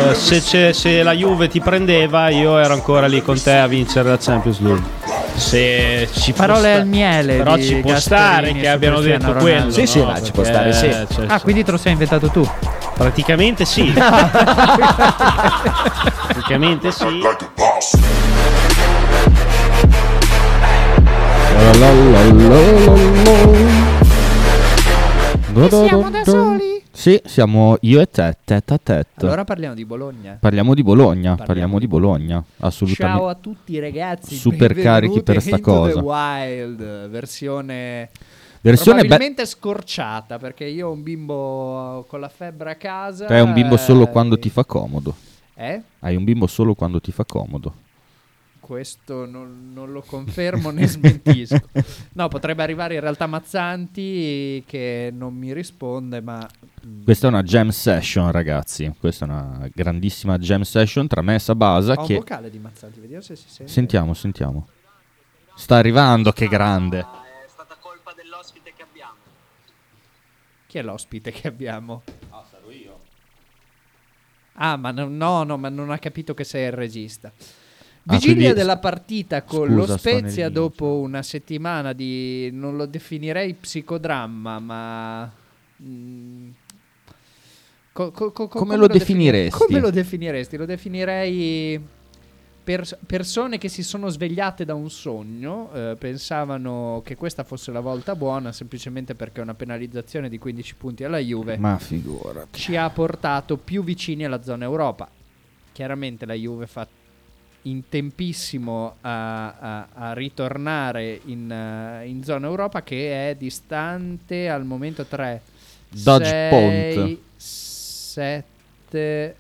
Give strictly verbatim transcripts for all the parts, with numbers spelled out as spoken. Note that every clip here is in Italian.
eh, se, c'è, se la Juve ti prendeva, io ero ancora lì con te a vincere la Champions League. Se ci Parole sta- al miele. però di ci può Gasperini stare che su abbiano Cristiano detto Ronaldo. quello. Sì, sì, no? dai, ci può Perché, stare, sì. cioè, Ah, quindi te lo sei inventato tu. praticamente sì. Praticamente sì. Siamo da soli. Sì, siamo io e te, tête a tête. Allora parliamo di Bologna. Parliamo di Bologna, Parliamo parliamo di di Bologna, assolutamente. Ciao a tutti ragazzi, Super carichi per sta Into cosa. the Wild, versione Versione be- probabilmente scorciata, perché io ho un bimbo con la febbre a casa. Hai un bimbo solo quando eh, ti fa comodo. Eh? Hai un bimbo solo quando ti fa comodo. Questo non, non lo confermo né smentisco. No, potrebbe arrivare in realtà Mazzanti che non mi risponde, ma Questa è una jam session, ragazzi. Questa è una grandissima jam session tra me e Sabasa. ho Che un vocale di Mazzanti, vediamo se si sente. Sentiamo, sentiamo. Sta arrivando, che grande. È stata colpa dell'ospite che abbiamo. Chi è l'ospite che abbiamo? Ah, sarò io. Ah, ma no, no, no, ma non ha capito che sei il regista. Ah, Vigilia quindi- della partita con Scusa, lo sto Spezia nel- dopo una settimana di, non lo definirei psicodramma, ma mm, co- co- co- Come lo defini- definiresti? Come lo definiresti? Lo definirei pers- persone che si sono svegliate da un sogno, eh, pensavano che questa fosse la volta buona, semplicemente perché una penalizzazione di quindici punti alla Juve Ma figurati. ci ha portato più vicini alla zona Europa. Chiaramente la Juve fa in tempissimo a, a- a ritornare in, eh, in zona Europa, che è distante al momento tre Dodge Point. sette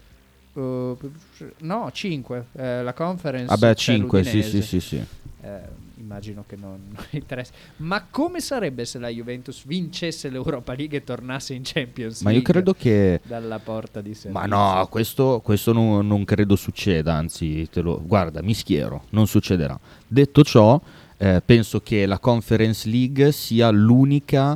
no cinque, la conference. Vabbè, c'è cinque, sì, l'Udinese. sì, sì, sì. Eh, immagino che non non interessi. Ma come sarebbe se la Juventus vincesse l'Europa League e tornasse in Champions Ma io League credo che... dalla porta di servizio? Ma no, questo, questo non, non credo succeda, anzi, te lo, guarda, mi schiero, non succederà. Detto ciò, eh, penso che la Conference League sia l'unica,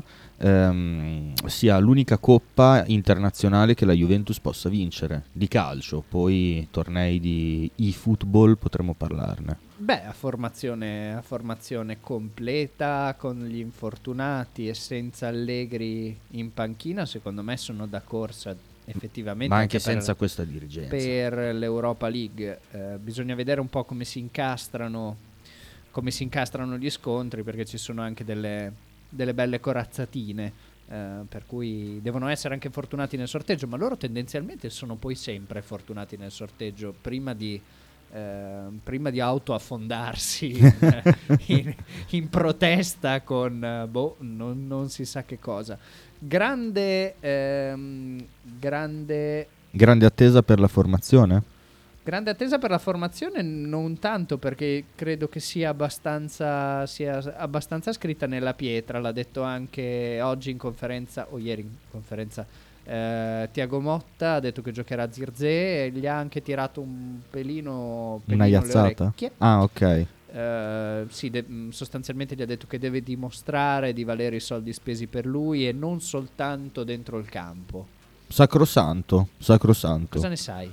ehm, sia l'unica coppa internazionale che la Juventus possa vincere di calcio. Poi tornei di e-football potremmo parlarne. Beh, a formazione, a formazione completa, con gli infortunati e senza Allegri in panchina, secondo me sono da corsa effettivamente. Ma anche per- senza questa dirigenza. per l'Europa League. Eh, bisogna vedere un po' come si incastrano come si incastrano gli scontri, perché ci sono anche delle, delle belle corazzatine, eh, per cui devono essere anche fortunati nel sorteggio, ma loro tendenzialmente sono poi sempre fortunati nel sorteggio prima di eh, prima di autoaffondarsi in, in, in protesta con eh, boh, non, non si sa che cosa. Grande ehm, grande Grande attesa per la formazione? Grande attesa per la formazione, non tanto, perché credo che sia abbastanza, sia abbastanza scritta nella pietra. L'ha detto anche oggi in conferenza, o ieri in conferenza, eh, Tiago Motta ha detto che giocherà Zirkzee e gli ha anche tirato un pelino, pelino Una le iazzata? orecchie. Ah, ok. Eh, sì, de- mh, sostanzialmente gli ha detto che deve dimostrare di valere i soldi spesi per lui e non soltanto dentro il campo. Sacrosanto, sacrosanto. Cosa ne sai?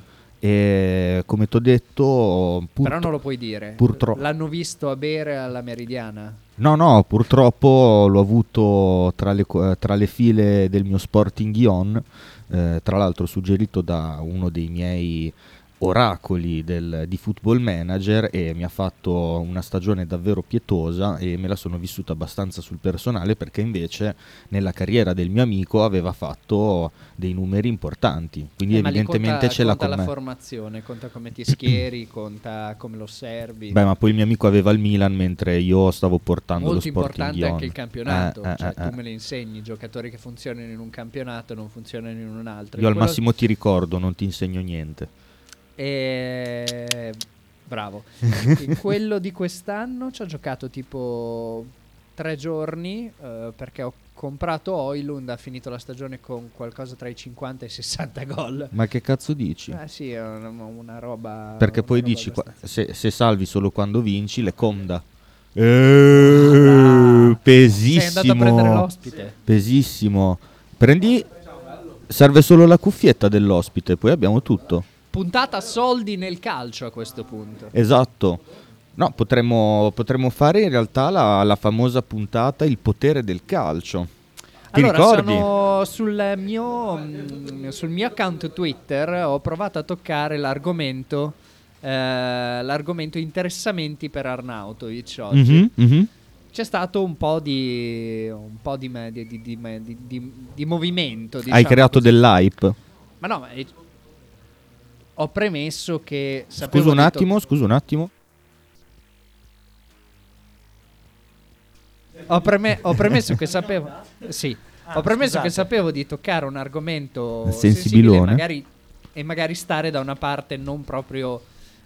E come ti ho detto, pur- Però non lo puoi dire. purtroppo- L'hanno visto a bere alla Meridiana. no, no, purtroppo l'ho avuto tra le, co- tra le file del mio Sporting Lyon, eh, tra l'altro suggerito da uno dei miei oracoli del- di Football Manager, e mi ha fatto una stagione davvero pietosa e me la sono vissuta abbastanza sul personale, perché invece nella carriera del mio amico aveva fatto dei numeri importanti, quindi Eh, ma lì evidentemente conta, ce l'ha conta con la me. formazione, conta come ti schieri, conta come lo osservi. Beh, ma poi il mio amico aveva il Milan mentre io stavo portando Molto lo Sporting importante Lyon. anche il campionato, Eh, eh, cioè eh, tu eh. me le insegni, giocatori che funzionano in un campionato non funzionano in un altro. Io al Quello- massimo ti ricordo, non ti insegno niente. E... Bravo. In quello di quest'anno ci ho giocato tipo tre giorni, eh, perché ho comprato Højlund, ha finito la stagione con qualcosa tra i cinquanta e i sessanta gol. Ma che cazzo dici? Eh sì, è una, una roba. Perché una poi roba dici, qua- abbastanza- se, se salvi solo quando vinci, le conda. Ah, Eh, sei andato a prendere pesissimo. l'ospite. Pesissimo. Prendi. Serve solo la cuffietta dell'ospite, poi abbiamo tutto. puntata soldi nel calcio a questo punto. Esatto. No, potremmo, potremmo fare in realtà la, la famosa puntata Il potere del calcio. Ti Allora, ricordi? sono sul mio, mm, sul mio account Twitter ho provato a toccare l'argomento eh, l'argomento interessamenti per Arnautovic oggi. Mhm, mhm. C'è stato un po' di un po' di, me- di, di, di, di, di- di movimento, Hai diciamo creato così. dell'hype. Ma no, ma eh, ho premesso che sapevo Scusa un di to- attimo, scusa un attimo. Ho, preme- ho premesso che sapevo Sì, ho premesso che sapevo di toccare un argomento sensibile Sensibilone. e magari, e magari stare da una parte non proprio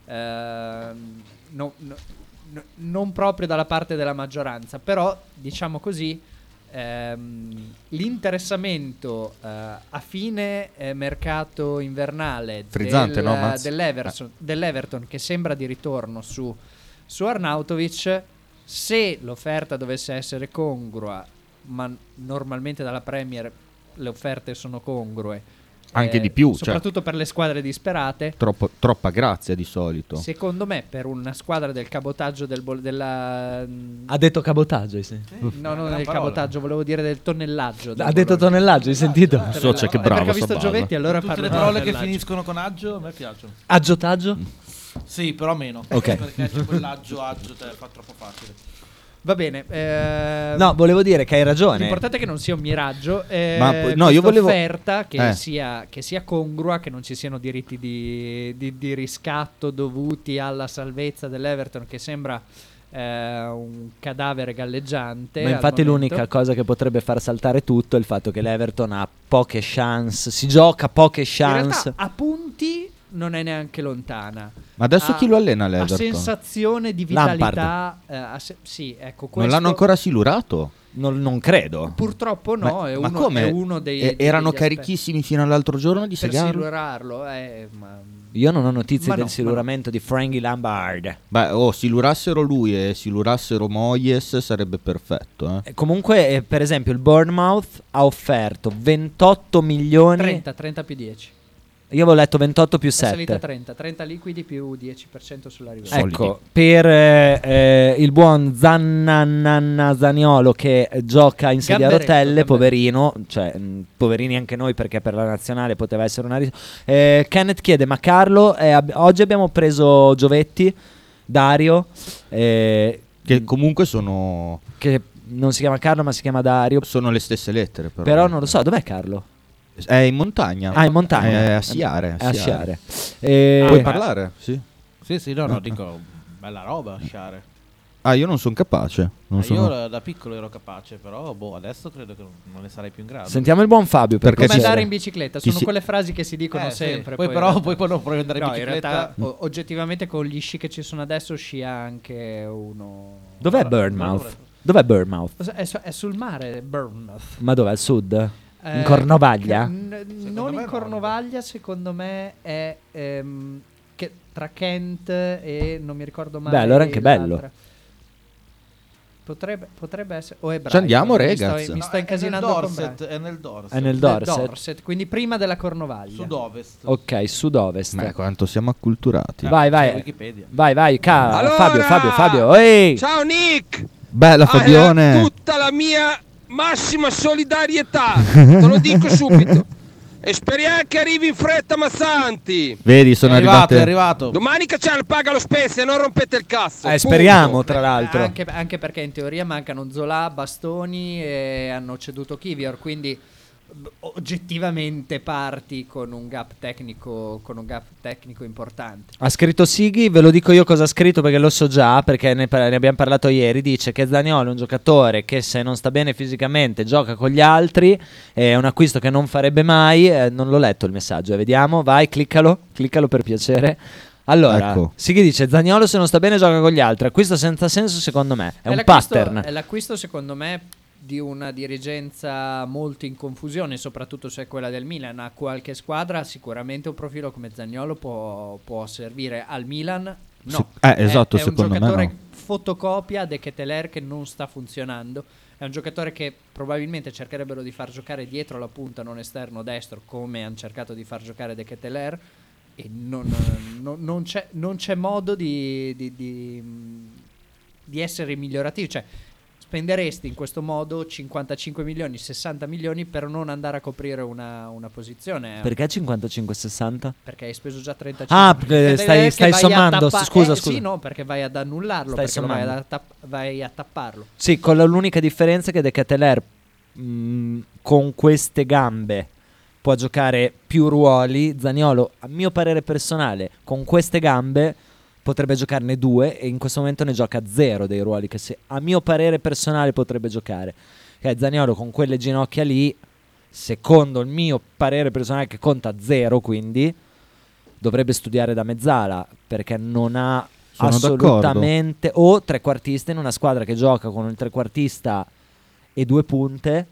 ehm, no- no- no- non proprio dalla parte della maggioranza, però diciamo così ehm, l'interessamento eh, a fine eh, mercato invernale Frizzante, del- no, Maz? dell'Everson- dell'Everton, che sembra di ritorno su, su Arnautovic. Se l'offerta dovesse essere congrua, ma normalmente dalla Premier le offerte sono congrue, Anche eh, di più, cioè. soprattutto per le squadre disperate, Troppo- troppa grazia di solito. secondo me per una squadra del cabotaggio del bol- della Ha detto cabotaggio, hai sentito? no, non Una del parola. cabotaggio, volevo dire del tonnellaggio del Ha detto Bologna. tonnellaggio, hai sentito? Socia che Eh, perché bravo ho visto Saballa. Giovetti, allora Tutte parlo le di parole che tonnellaggio. finiscono con aggio a me piacciono. Aggiotaggio? Sì, però meno. Ok. Perché c'è quell'aggio, aggio, te fa troppo facile. Va bene, eh, No, volevo dire che hai ragione. l'importante è che non sia un miraggio. eh, Ma poi- no, io questa volevo- offerta che, Eh. sia, che sia congrua, che non ci siano diritti di, di- di riscatto dovuti alla salvezza dell'Everton, che sembra eh, un cadavere galleggiante. Ma al infatti momento. l'unica cosa che potrebbe far saltare tutto è il fatto che l'Everton ha poche chance, si gioca poche In chance. realtà a punti non è neanche lontana. Ma adesso Ha- chi lo allena Ha l'Everton? sensazione di vitalità. eh, ha se- sì, ecco, Non questo l'hanno ancora silurato? Non, non credo. Purtroppo no, ma, è, ma uno, come? è uno dei... E- dei- erano degli aspetti. carichissimi fino all'altro giorno di Per Segarra? silurarlo, eh, ma... Io non ho notizie Ma del no, siluramento di Frankie Lampard. Beh, oh, silurassero lui e silurassero Moyes sarebbe perfetto, eh. E comunque, eh, per esempio, il Bournemouth ha offerto ventotto milioni. trenta, trenta più dieci. Io avevo letto ventotto più È salita sette. trenta, trenta liquidi più dieci per cento sulla riva. Solidi. Ecco, per eh, eh, il buon Zannanna Zaniolo che eh, gioca in sedia a Gamberetto, rotelle, Gamberetto. poverino, cioè mh, poverini anche noi perché per la nazionale poteva essere una ris- eh, Kenneth chiede, ma Carlo, eh, ab- oggi abbiamo preso Giovetti, Dario, eh, Che comunque sono, che non si chiama Carlo ma si chiama Dario, sono le stesse lettere. Però, però non lo so, dov'è Carlo? È in montagna. Ah, in montagna. È a Siare. È a sciare. Eh, Puoi Ah, parlare? Sì. Sì, sì, no, no, dico, bella roba sciare. Ah, io non sono capace. Non Eh, sono... Io da- da piccolo ero capace, però boh, adesso credo che non ne sarei più in grado. Sentiamo il buon Fabio per Perché Come ci- andare in bicicletta, Ti sono si- quelle frasi che si dicono Eh, sì. sempre. Poi in però, realtà- poi quando provi ad andare in No, in bicicletta... realtà o- oggettivamente con gli sci che ci sono adesso scia anche uno... Dov'è Allora, Bournemouth? allora- Dov'è Bournemouth? È, su- è sul mare Bournemouth. Ma dov'è? Al sud? Eh, In Cornovaglia? n- non me in no. Cornovaglia, secondo me è ehm, che tra Kent e non mi ricordo mai. Beh, allora è anche bello. l'altra. Potrebbe, potrebbe essere. O è Ci andiamo, Brighton, mi sto- ragazzi. Mi No, sto è nel incasinando con Dorset, Brighton. è nel Dorset. È nel Nel Dorset. Dorset, quindi prima della Cornovaglia. Sud-ovest. Ok, sud-ovest. Ma quanto siamo acculturati. Vai, vai. C'è Wikipedia. Vai, vai, ca- Allora! Fabio, Fabio, Fabio. Ehi! Ciao Nick! Bella Fabione. Hai tutta la mia massima solidarietà, te lo dico subito. E speriamo che arrivi in fretta Mazzanti. Vedi, sono è arrivato, arrivate. è arrivato. Domani che c'è il paga lo Spezia, non rompete il cazzo. Eh, punto. speriamo, tra l'altro. Anche, anche perché in teoria mancano Zola, Bastoni e hanno ceduto Kivior, quindi b- oggettivamente parti con un gap tecnico con un gap tecnico importante. Ha scritto Sighi, ve lo dico io cosa ha scritto perché lo so già, perché ne, par- ne abbiamo parlato ieri. Dice che Zaniolo è un giocatore che se non sta bene fisicamente gioca con gli altri, è un acquisto che non farebbe mai. eh, non l'ho letto il messaggio, eh, vediamo, vai, cliccalo, cliccalo per piacere. Allora, Ecco. Sighi dice Zaniolo se non sta bene gioca con gli altri, acquisto senza senso secondo me, è, un l'acquisto- pattern. È l'acquisto secondo me di una dirigenza molto in confusione, soprattutto se è quella del Milan. A qualche squadra sicuramente un profilo come Zaniolo può, può servire, al Milan no. Sì, eh, esatto, è, è un secondo me giocatore no. fotocopia De Ketelaere che non sta funzionando. È un giocatore che probabilmente cercherebbero di far giocare dietro la punta, non esterno destro, come hanno cercato di far giocare De Ketelaere. e non, non- non c'è, non c'è modo di, di- di- di essere migliorativi. Cioè, spenderesti in questo modo cinquantacinque milioni, sessanta milioni per non andare a coprire una, una posizione. Perché cinquantacinque sessanta? Perché hai speso già trentacinque. Ah, perché Perché stai- che stai vai a sommando, tappa- scusa, eh, scusa. Sì, no, perché vai ad annullarlo, Stai perché lo vai, sommando. ad attapp- vai a tapparlo. Sì, con la- l'unica differenza che De Ketelaere mh, con queste gambe può giocare più ruoli. Zaniolo, a mio parere personale, con queste gambe potrebbe giocarne due e in questo momento ne gioca zero dei ruoli che se, a mio parere personale potrebbe giocare. Che Zaniolo con quelle ginocchia lì, secondo il mio parere personale che conta zero, quindi dovrebbe studiare da mezzala perché non ha Sono assolutamente o trequartista in una squadra che gioca con il trequartista e due punte,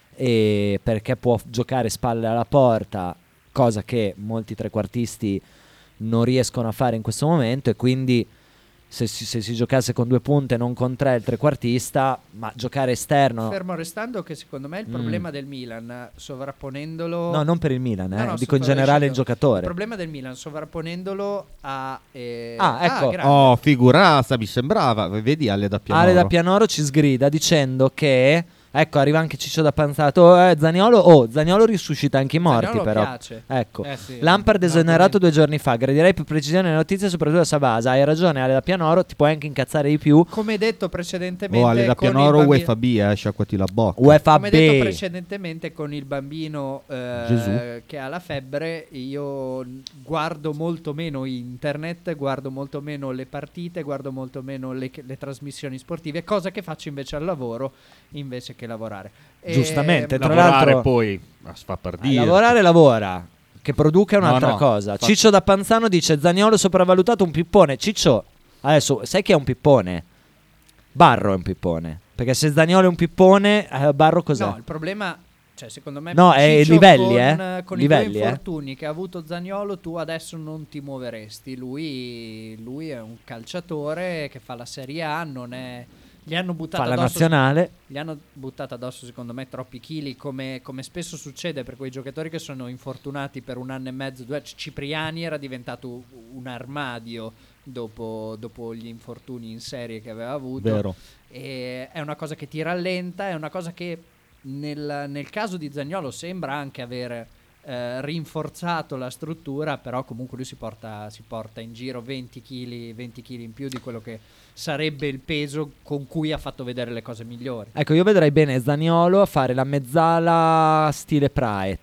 e perché può giocare spalle alla porta, cosa che molti trequartisti non riescono a fare in questo momento, e quindi se si, se si giocasse con due punte non con tre il trequartista, ma giocare esterno. Fermo restando che secondo me il Mm. problema del Milan, sovrapponendolo... No, non per il Milan, eh, No, no, dico in sto generale il dicendo, giocatore. Il problema del Milan, sovrapponendolo a... eh, Ah, ecco. grande. Oh, figurata, mi sembrava. Vedi Ale da Pianoro. Ale da Pianoro ci sgrida dicendo che, ecco, arriva anche Ciccio da Panzato, eh, Zaniolo, oh, Zaniolo risuscita anche i morti. Zaniolo però piace. ecco, Eh sì, Lampard un esonerato argomento. due giorni fa, gradirei più precisione nelle notizie, soprattutto da Sabasa. Hai ragione Ale da Pianoro, ti puoi anche incazzare di più. Come detto precedentemente... Oh, Ale da con il Pianoro bambi- UEFA B, eh, sciacquati la bocca. UEFA Come detto B. precedentemente con il bambino eh, Gesù. che ha la febbre, io guardo molto meno internet, guardo molto meno le partite, guardo molto meno le, le trasmissioni sportive, cosa che faccio invece al lavoro invece che lavorare. E- Giustamente, tra Lavorare l'altro poi a fa per eh, dire. lavorare lavora, che produca è un'altra No, no, cosa. fa- Ciccio da Panzano dice Zaniolo sopravvalutato, un pippone. Ciccio, adesso sai chi è un pippone? Barro è un pippone. Perché se Zaniolo è un pippone, eh, Barro cos'è? No, il problema, cioè secondo me, No, è Ciccio livelli, con, eh. con Livelli, i tuoi eh. infortuni che ha avuto Zaniolo, tu adesso non ti muoveresti. Lui, lui è un calciatore che fa la Serie A, non è... Gli hanno buttato Fa la addosso, nazionale. gli hanno buttato addosso secondo me troppi chili, come, come spesso succede per quei giocatori che sono infortunati per un anno e mezzo, due. Cipriani era diventato un armadio dopo, dopo gli infortuni in serie che aveva avuto. Vero. E è una cosa che ti rallenta, è una cosa che nel, nel caso di Zaniolo sembra anche aver eh, rinforzato la struttura, però comunque lui si porta, si porta in giro venti chili in più di quello che sarebbe il peso con cui ha fatto vedere le cose migliori. Ecco, io vedrei bene Zaniolo a fare la mezzala stile Praet,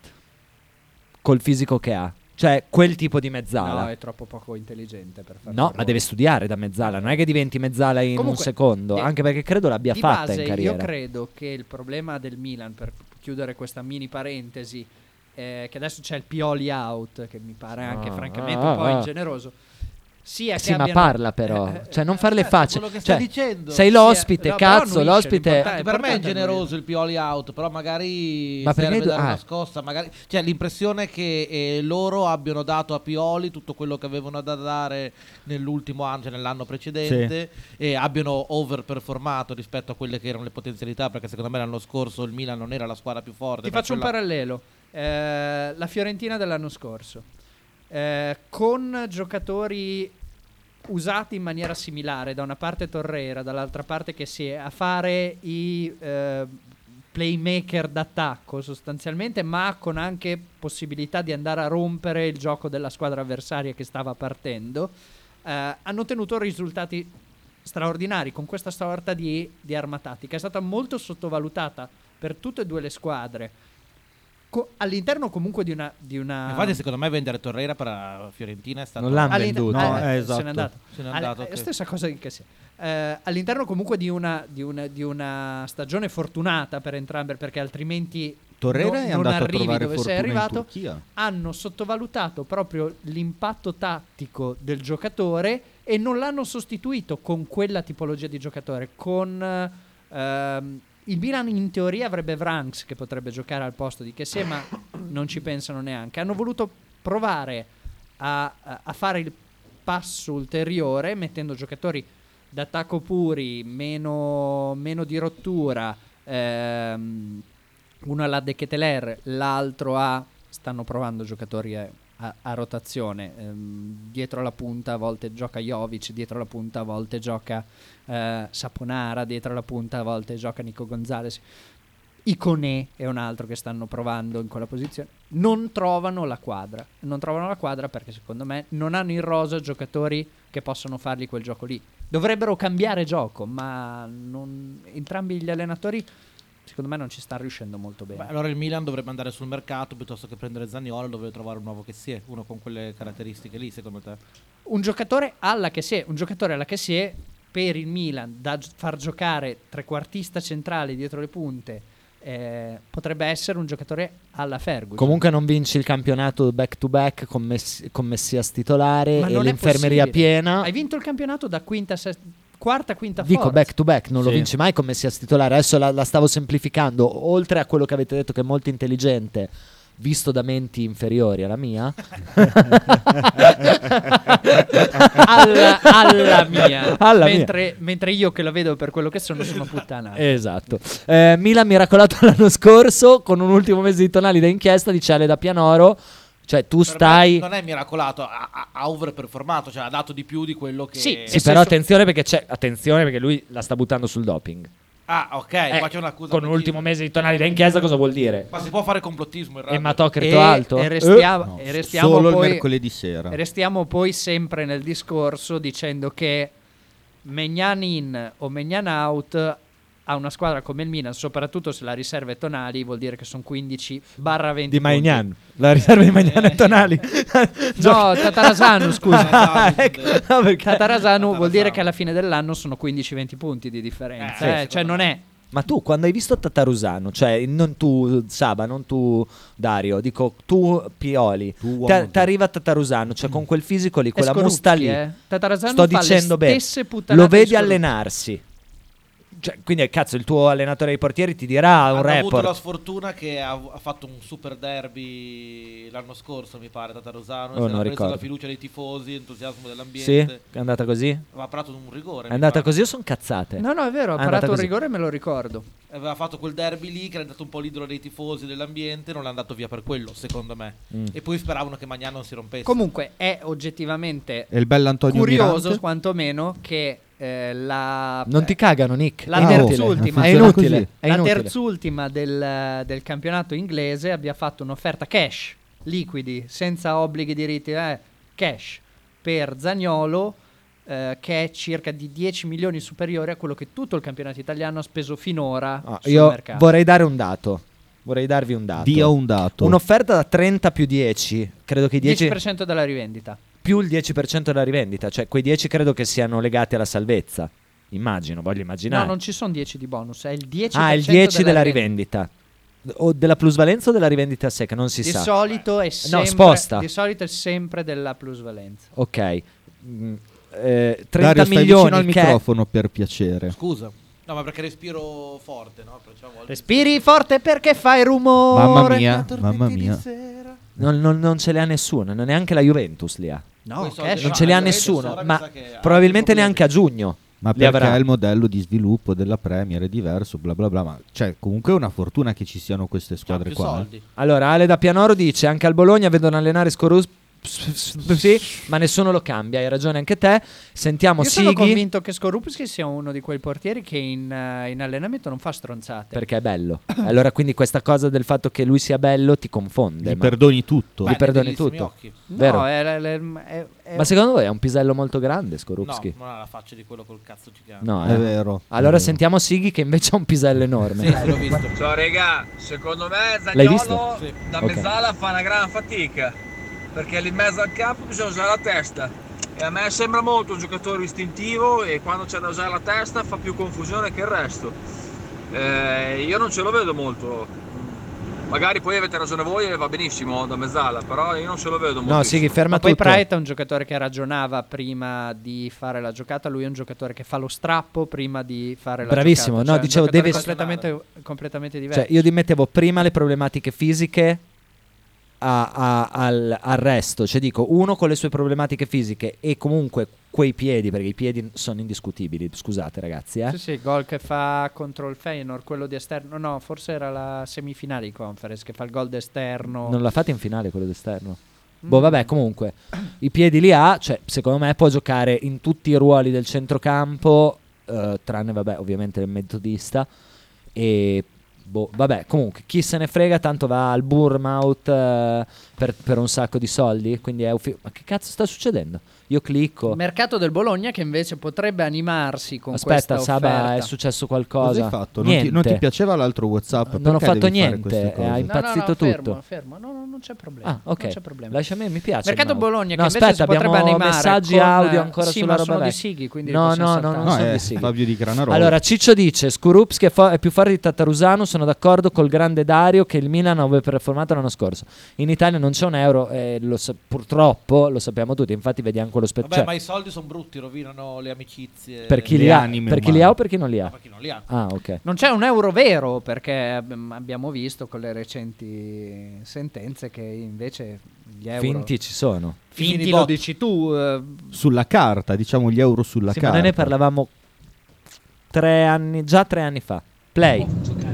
col fisico che ha. Cioè, quel tipo di mezzala. No, è troppo poco intelligente per fare No, quel ma deve ruolo. studiare da mezzala, non è che diventi mezzala in Comunque, un secondo, eh, anche perché credo l'abbia Di fatta base, in carriera. io credo che il problema del Milan, per chiudere questa mini parentesi, eh, che adesso c'è il Pioli out, che mi pare anche Ah, francamente ah, un po' ah. ingeneroso. Sia Sì, che ma abbiano- parla però, eh, cioè non farle Eh, facce. quello che Cioè, stai dicendo. sei Sì, l'ospite, no, però cazzo, annuisce, l'ospite. l'importante- Anche per me è importante generoso il Pioli out, però magari Ma perché serve do- dare ah. una scossa, magari, cioè l'impressione è che eh, loro abbiano dato a Pioli tutto quello che avevano da dare nell'ultimo anno, cioè nell'anno precedente, e abbiano overperformato rispetto a quelle che erano le potenzialità, perché secondo me l'anno scorso il Milan non era la squadra più forte. Ti ma faccio un quella- parallelo. Eh, la Fiorentina dell'anno scorso, eh, con giocatori usati in maniera similare, da una parte Torreira, dall'altra parte che si è a fare i eh, playmaker d'attacco sostanzialmente, ma con anche possibilità di andare a rompere il gioco della squadra avversaria che stava partendo, eh, hanno ottenuto risultati straordinari con questa sorta di, di arma tattica. È stata molto sottovalutata per tutte e due le squadre, Co- all'interno comunque di una, di una Infatti secondo me vendere Torreira per la Fiorentina è stato... Non l'hanno all'inter- venduto. eh, No, eh, eh, esatto. se n'è andato. Se n'è Alle- andato, è la ok. stessa cosa che sia. Eh, all'interno comunque di una, di, una, di una stagione fortunata per entrambe, perché altrimenti Torreira no- è non andato a arrivi trovare dove sei fortuna in arrivato. Turchia. Hanno sottovalutato proprio l'impatto tattico del giocatore e non l'hanno sostituito con quella tipologia di giocatore. Con ehm, il Milan in teoria avrebbe Vranks che potrebbe giocare al posto di Kessie, ma non ci pensano neanche. Hanno voluto provare a, a- a fare il passo ulteriore mettendo giocatori d'attacco puri, meno, meno di rottura, ehm, uno alla De Ketelaere, l'altro a stanno provando giocatori eh, a, a rotazione. Ehm, dietro la punta a volte gioca Jovic, dietro la punta a volte gioca eh, Saponara, dietro la punta a volte gioca Nico Gonzalez. Iconé è un altro che stanno provando in quella posizione. Non trovano la quadra. Non trovano la quadra perché secondo me non hanno in rosa giocatori che possono fargli quel gioco lì. Dovrebbero cambiare gioco, ma non, entrambi gli allenatori secondo me non ci stanno riuscendo molto bene. Beh, allora il Milan dovrebbe andare sul mercato piuttosto che prendere Zaniolo, dovrebbe trovare un nuovo Kessie, uno con quelle caratteristiche lì, secondo te? Un giocatore alla Kessie, un giocatore alla Kessie per il Milan da gi- far giocare trequartista centrale dietro le punte. Eh, potrebbe essere un giocatore alla Ferguson. Comunque non vinci il campionato back to back con, Messi- con Messias titolare Ma e non è l'infermeria possibile. piena. Hai vinto il campionato da quinta, sest- quarta, quinta Dico forza. back to back, non lo Sì. vinci mai con Messias titolare. Adesso la, la stavo semplificando. Oltre a quello che avete detto che è molto intelligente, visto da menti inferiori alla mia, alla, alla mia. Alla mia. mentre, mentre io che la vedo per quello che sono sono puttana. esatto. Eh, Milan miracolato l'anno scorso con un ultimo mese di tonali da inchiesta, dice Ale da Pianoro. Cioè tu Per stai... me non è miracolato, ha, ha- ha overperformato, cioè ha dato di più di quello che... Sì, Sì, E però se- attenzione perché c'è attenzione perché lui la sta buttando sul doping. Ah, ok, Eh, qua c'è un'accusa. con un precisa. ultimo mese di tonali da inchiesta cosa vuol dire? Ma si può fare complottismo in E realtà. Matocreto E, alto? e restiamo, No, e restiamo solo poi, il mercoledì sera. restiamo poi sempre nel discorso dicendo che Maignan in o Maignan out a una squadra come il Milan, soprattutto se la riserva è Tonali, vuol dire che sono quindici barra venti Di punti. Maignan, la riserva di Maignan e Tonali. No, Tatarasanu, scusa. Ah, ecco, no, perché- Tatarasanu vuol dire Tatarasanu. che alla fine dell'anno sono quindici venti punti di differenza. Eh, eh, sì, cioè non è... Ma tu quando hai visto Tatarusano, cioè non tu Saba, non tu Dario, dico tu Pioli, Tu uomo ti tu. arriva Tatarusano, cioè con quel fisico lì, è quella Skorupski, musta lì, eh. Tatarasanu sto fa dicendo le bene, stesse puttanate lo di vedi Skorupski. allenarsi. Cioè, quindi cazzo il tuo allenatore dei portieri ti dirà un Hanno avuto la report. sfortuna che ha, ha fatto un super derby l'anno scorso, mi pare, Tatarusano. Oh, si non era preso ricordo. la fiducia dei tifosi, l'entusiasmo Sì, dell'ambiente. è andata così? Aveva parato un rigore. È mi andata pare. così o sono cazzate? No, no, è vero, ha È parato andata un così. rigore, me lo ricordo. Aveva fatto quel derby lì che era diventato un po' l'idolo dei tifosi dell'ambiente, non è andato via per quello, secondo me. Mm. E poi speravano che Maignan non si rompesse. Comunque è oggettivamente E il bell'Antonio curioso Mirante? quantomeno che eh, la Non ti cagano, Nick. La È inutile. terzultima. È Funziona inutile. così. È la inutile. terzultima del, del campionato inglese abbia fatto un'offerta cash, liquidi, senza obblighi di riti, eh, cash per Zaniolo, eh, che è circa di dieci milioni superiore a quello che tutto il campionato italiano ha speso finora Ah, sul io mercato. vorrei dare un dato. Vorrei darvi un dato. Dia un dato. Un'offerta da trenta più dieci. Credo che i dieci dieci per cento della rivendita. più il dieci per cento della rivendita. Cioè, quei dieci credo che siano legati alla salvezza. Immagino, voglio immaginare. No, non ci sono dieci di bonus, è il dieci ah, per il cento dieci della rivendita. O della plusvalenza o della rivendita secca? Non si Di sa. solito è sempre sposta. Di solito è sempre della plusvalenza. Ok. Mm, eh, trenta Dario, stai milioni vicino al che- microfono per piacere. Scusa. No, ma perché respiro forte, no? Perciò a volte- Respiri forte perché fai rumore. Mamma mia, Tormenti mamma di mia. sera. Non, non- non ce le ha nessuno, non neanche la Juventus li ha. No, Quei soldi cash. Non no, ce li ha la Juventus nessuno, ora mi ma sa che ha probabilmente altri neanche a giugno. Ma li perché avrà. il modello di sviluppo della Premier è diverso, bla bla bla. Ma cioè, comunque è una fortuna che ci siano queste C'ha squadre più qua. eh. soldi. Allora, Ale da Pianoro dice: anche al Bologna vedono allenare Skorus. Sì, ma nessuno lo cambia. Hai ragione anche te. Sentiamo Io sono Sighi. convinto che Skorupski sia uno di quei portieri che in, eh, in allenamento non fa stronzate. Perché è bello. Allora, quindi questa cosa del fatto che lui sia bello ti confonde. Gli ma... perdoni tutto. Gli Beh, perdoni bellissimi tutto. occhi. No, vero. è, è- è- è- Ma secondo voi è un pisello molto grande No, Skorupski? non ha la faccia di quello col cazzo gigante. No, È eh. vero. Allora è vero. sentiamo Sighi che invece ha un pisello enorme. Sì, sì, l'ho visto. Ciao regà, secondo me L'hai Zaniolo visto? Sì. da Ok. mezzala fa una gran fatica, perché lì in mezzo al campo bisogna usare la testa e a me sembra molto un giocatore istintivo e quando c'è da usare la testa fa più confusione che il resto. Eh, io non ce lo vedo molto, magari poi avete ragione voi e va benissimo da mezzala, però io non ce lo vedo molto. No, Sighi, ferma Ma poi tutto. Praet è un giocatore che ragionava prima di fare la giocata. Lui è un giocatore che fa lo strappo prima di fare la Bravissimo, giocata. no, Cioè, dicevo, un giocatore deve- completamente, completamente diverso. Cioè, io dimettevo prima le problematiche fisiche a- a- al, al resto. Cioè, dico, uno con le sue problematiche fisiche e comunque quei piedi, perché i piedi sono indiscutibili. Scusate, ragazzi, eh. Sì, sì, gol che fa contro il Feyenoord, quello di esterno. No, forse era la semifinale di conference che fa il gol d'esterno. Non l'ha fatto in finale quello d'esterno. Boh, vabbè, comunque i piedi li ha, cioè secondo me può giocare in tutti i ruoli del centrocampo, eh, tranne vabbè ovviamente il metodista. E boh, vabbè, comunque chi se ne frega, tanto va al Bournemouth eh, per, per un sacco di soldi, quindi è uffi- ma che cazzo sta succedendo? Io clicco. Mercato del Bologna che invece potrebbe animarsi con Aspetta, questa Saba, offerta. è successo Cosa qualcosa? hai fatto? Non Niente. ti, non ti piaceva l'altro WhatsApp? Non ho Perché fatto devi fare niente, queste cose? hai No, no, impazzito no, fermo, tutto. fermo. No, no, non c'è problema. Ah, ok. Non c'è problema. Lasciami, mi piace. Mercato il mouse. Bologna No, che invece aspetta, si potrebbe abbiamo animare messaggi con- audio ancora sì, sulla ma roba sono di vecchia. Sighi, quindi No, li possiamo no, no, saltare. non No, sono è di Sighi. Fabio di Granarola. Allora, Ciccio dice: Skurupski è, fo- è più forte di Tatarusano. Sono d'accordo col grande Dario che il Milan aveva performato l'anno scorso. In Italia non c'è un euro, eh, lo sa- purtroppo lo sappiamo tutti. Infatti, vedi anche lo Vabbè, spettacolo. ma i soldi sono brutti, rovinano le amicizie. Per chi Le li ha, anime per chi umane. li ha o per chi non li ha? Ma chi non li ha? Ah, ok. Non c'è un euro vero perché ab- abbiamo visto con le recenti sentenze che invece gli euro Finti ci sono. finti Fini lo bot. dici tu. eh, Sulla carta, diciamo gli euro sulla Sì, ma carta. noi ne parlavamo tre anni, già tre anni fa. Play.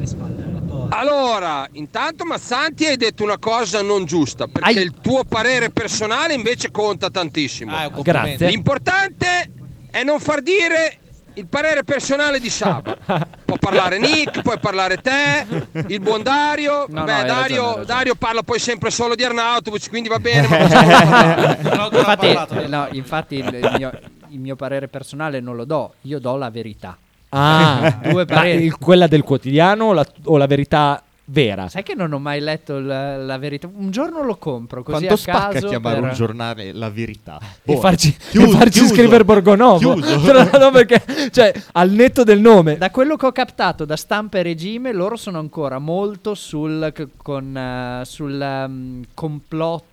Allora, intanto Mazzanti hai detto una cosa non giusta, perché Ai. il tuo parere personale invece conta tantissimo. Ah, è un complimento. Grazie. L'importante è non far dire il parere personale di Saba. Può parlare Nick, puoi parlare te, il buon Dario. No, no, Beh, hai ragione, Dario, hai ragione. Dario parla poi sempre solo di Arnautovic, quindi va bene. Ma possiamo parlare. Non ho ancora Infatti, parlato. eh, no, infatti il, il mio, il mio parere personale non lo do, io do la verità. Ah, Due ma pareri. il- quella del quotidiano o la, o la verità vera? Sai che non ho mai letto la, la verità? Un giorno lo compro così Quanto a spacca caso chiamare per- un giornale La Verità? E Oh, farci, chiuso, e farci chiuso, scrivere Borgonovo. chiuso. Tra l'altro perché, cioè, al netto del nome. Da quello che ho captato da Stampa e Regime, loro sono ancora molto sul c- con eh, sul um, complotto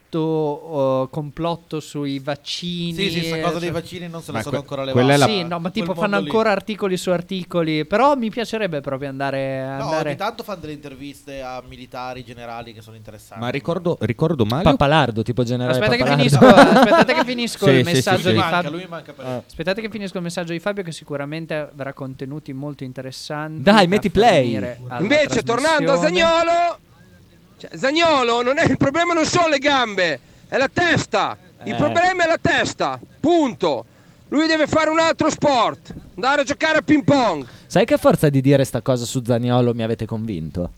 uh, complotto sui vaccini. Sì, sì, questa eh, cosa dei cioè- vaccini non se Ma la sono que- ancora quella levata. è la- Sì, no, ma Quel tipo mondo fanno lì. ancora articoli su articoli, però mi piacerebbe proprio andare No, andare ogni tanto fanno delle interviste a militari, generali che sono interessanti. Ma ricordo, ricordo male. o- Papalardo, tipo generale Aspetta che Papalardo. finisco, aspettate che finisco Sì, il sì, sì, messaggio sì. Lui di mi manca, Fabio. lui mi manca per Aspettate che finisco il messaggio di Fabio che sicuramente avrà contenuti molto interessanti. Dai, da metti play. fornire alla Invece, tornando a trasmissione. Zagnolo, cioè, Zagnolo non è il problema, non sono le gambe, è la testa. Il Eh. problema è la testa, punto. Lui deve fare un altro sport, andare a giocare a ping pong. Sai che a forza di dire sta cosa su Zaniolo mi avete convinto?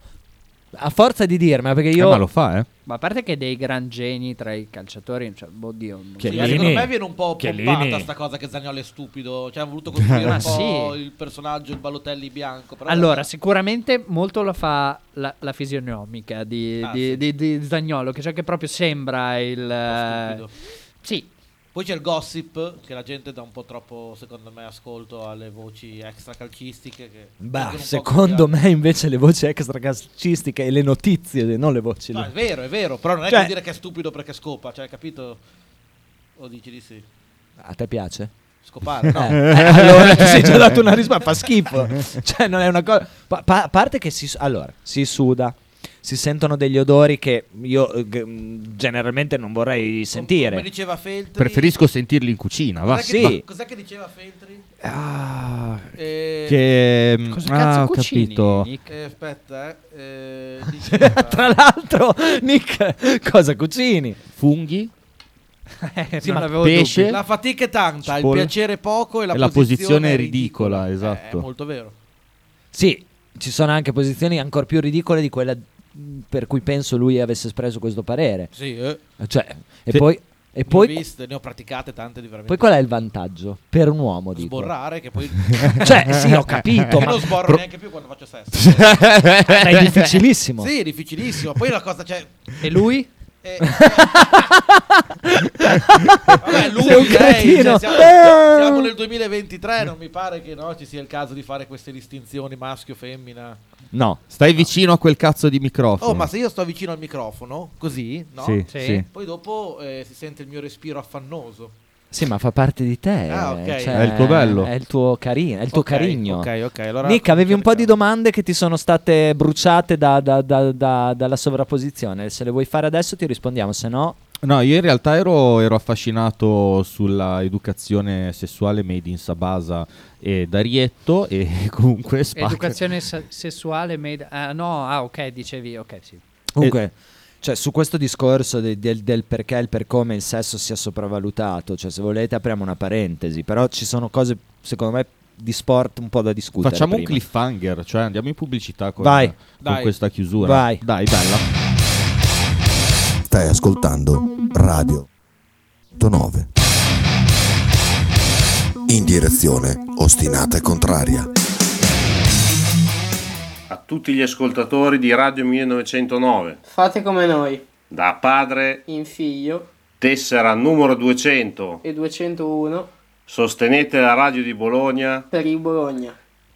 A forza di dirmela, perché Eh, io... ma lo fa, eh? Ma a parte che dei gran geni tra i calciatori, cioè, oddio, non Che Sì, Chiellini. secondo me viene un po' Chiellini. pompata sta cosa che Zaniolo è stupido. Cioè, hanno voluto costruire Ma un po' sì. il personaggio, il Balotelli bianco. Però Allora, sicuramente molto lo fa la, la fisionomica di, Ah, di, sì. di, di Zaniolo, che, cioè che proprio sembra il... un po' stupido. Sì, Poi c'è il gossip, che la gente dà un po' troppo, secondo me, ascolto alle voci extracalcistiche. Che Bah, vengono un po' secondo copiate. me invece le voci extracalcistiche e le notizie, non le voci. No, è vero, è vero, però non è Cioè- che vuol dire che è stupido perché scopa, cioè, capito? O dici di sì? A te piace? Scopare, no? Eh, eh, allora ti sei già dato una risposta, fa schifo. Cioè, non è una cosa. Pa- pa- a parte che si, allora, si suda, si sentono degli odori che io eh, g- mh, generalmente non vorrei sentire. Come diceva Feltri. Preferisco sentirli in cucina, va. Cos'è sì. che, cos'è che diceva Feltri? Ah, Eh, che... cosa ah, cazzo ho cucini, capito. Nick? eh, aspetta, eh. eh diceva- Tra l'altro, Nick, cosa cucini? Funghi? Eh, Sì, non ma avevo pesce? dubbi. La fatica è tanta, il Cipolla. piacere poco e la, E la posizione è è ridicola, Eh, esatto. è molto vero. Sì, ci sono anche posizioni ancora più ridicole di quella mh, per cui penso lui avesse espreso questo parere. Sì, eh. Cioè, e Sì. poi. E Ne ho poi, viste, ne ho praticate tante di veramente. poi qual è il vantaggio? Per un uomo, dico. Sborrare, che poi Cioè, sì, ho capito, che ma non sborro neanche più quando faccio sesso. è difficilissimo. Sì, difficilissimo. Poi la cosa c'è. E lui? Eh, vabbè, lui, Sei un lei, cretino. cioè, siamo, Eh. siamo nel duemilaventitré, non mi pare che no, ci sia il caso di fare queste distinzioni maschio-femmina. No. Stai vicino a quel cazzo di microfono. Oh, ma se io sto vicino al microfono, così, no? Sì, Sì. sì. Poi dopo eh, si sente il mio respiro affannoso. Sì, ma fa parte di te. Ah, ok. cioè, È il tuo bello. È il tuo carino, è il tuo Ok, carigno. Ok, ok. Allora Nick, avevi un po' di cerchiamo. domande che ti sono state bruciate da- da- da- da- dalla sovrapposizione. Se le vuoi fare adesso ti rispondiamo, se no... No, io in realtà ero, ero affascinato sulla educazione sessuale made in Sabasa e Darietto e comunque spacca. Educazione se- sessuale made... ah, no, ah ok, dicevi, ok, sì. Comunque, cioè su questo discorso de- del, del perché e il per come il sesso sia sopravvalutato, cioè se volete apriamo una parentesi, però ci sono cose secondo me di sport un po' da discutere. Facciamo prima. un cliffhanger, cioè andiamo in pubblicità con, Vai. con Dai. questa chiusura. Vai. Dai, bella. Stai ascoltando Radio nove. In direzione ostinata e contraria. A tutti gli ascoltatori di Radio millenovecentonove, Fate come noi, da padre, in figlio tessera numero duecento, e duecentouno sostenete la radio di Bologna. per il Bologna.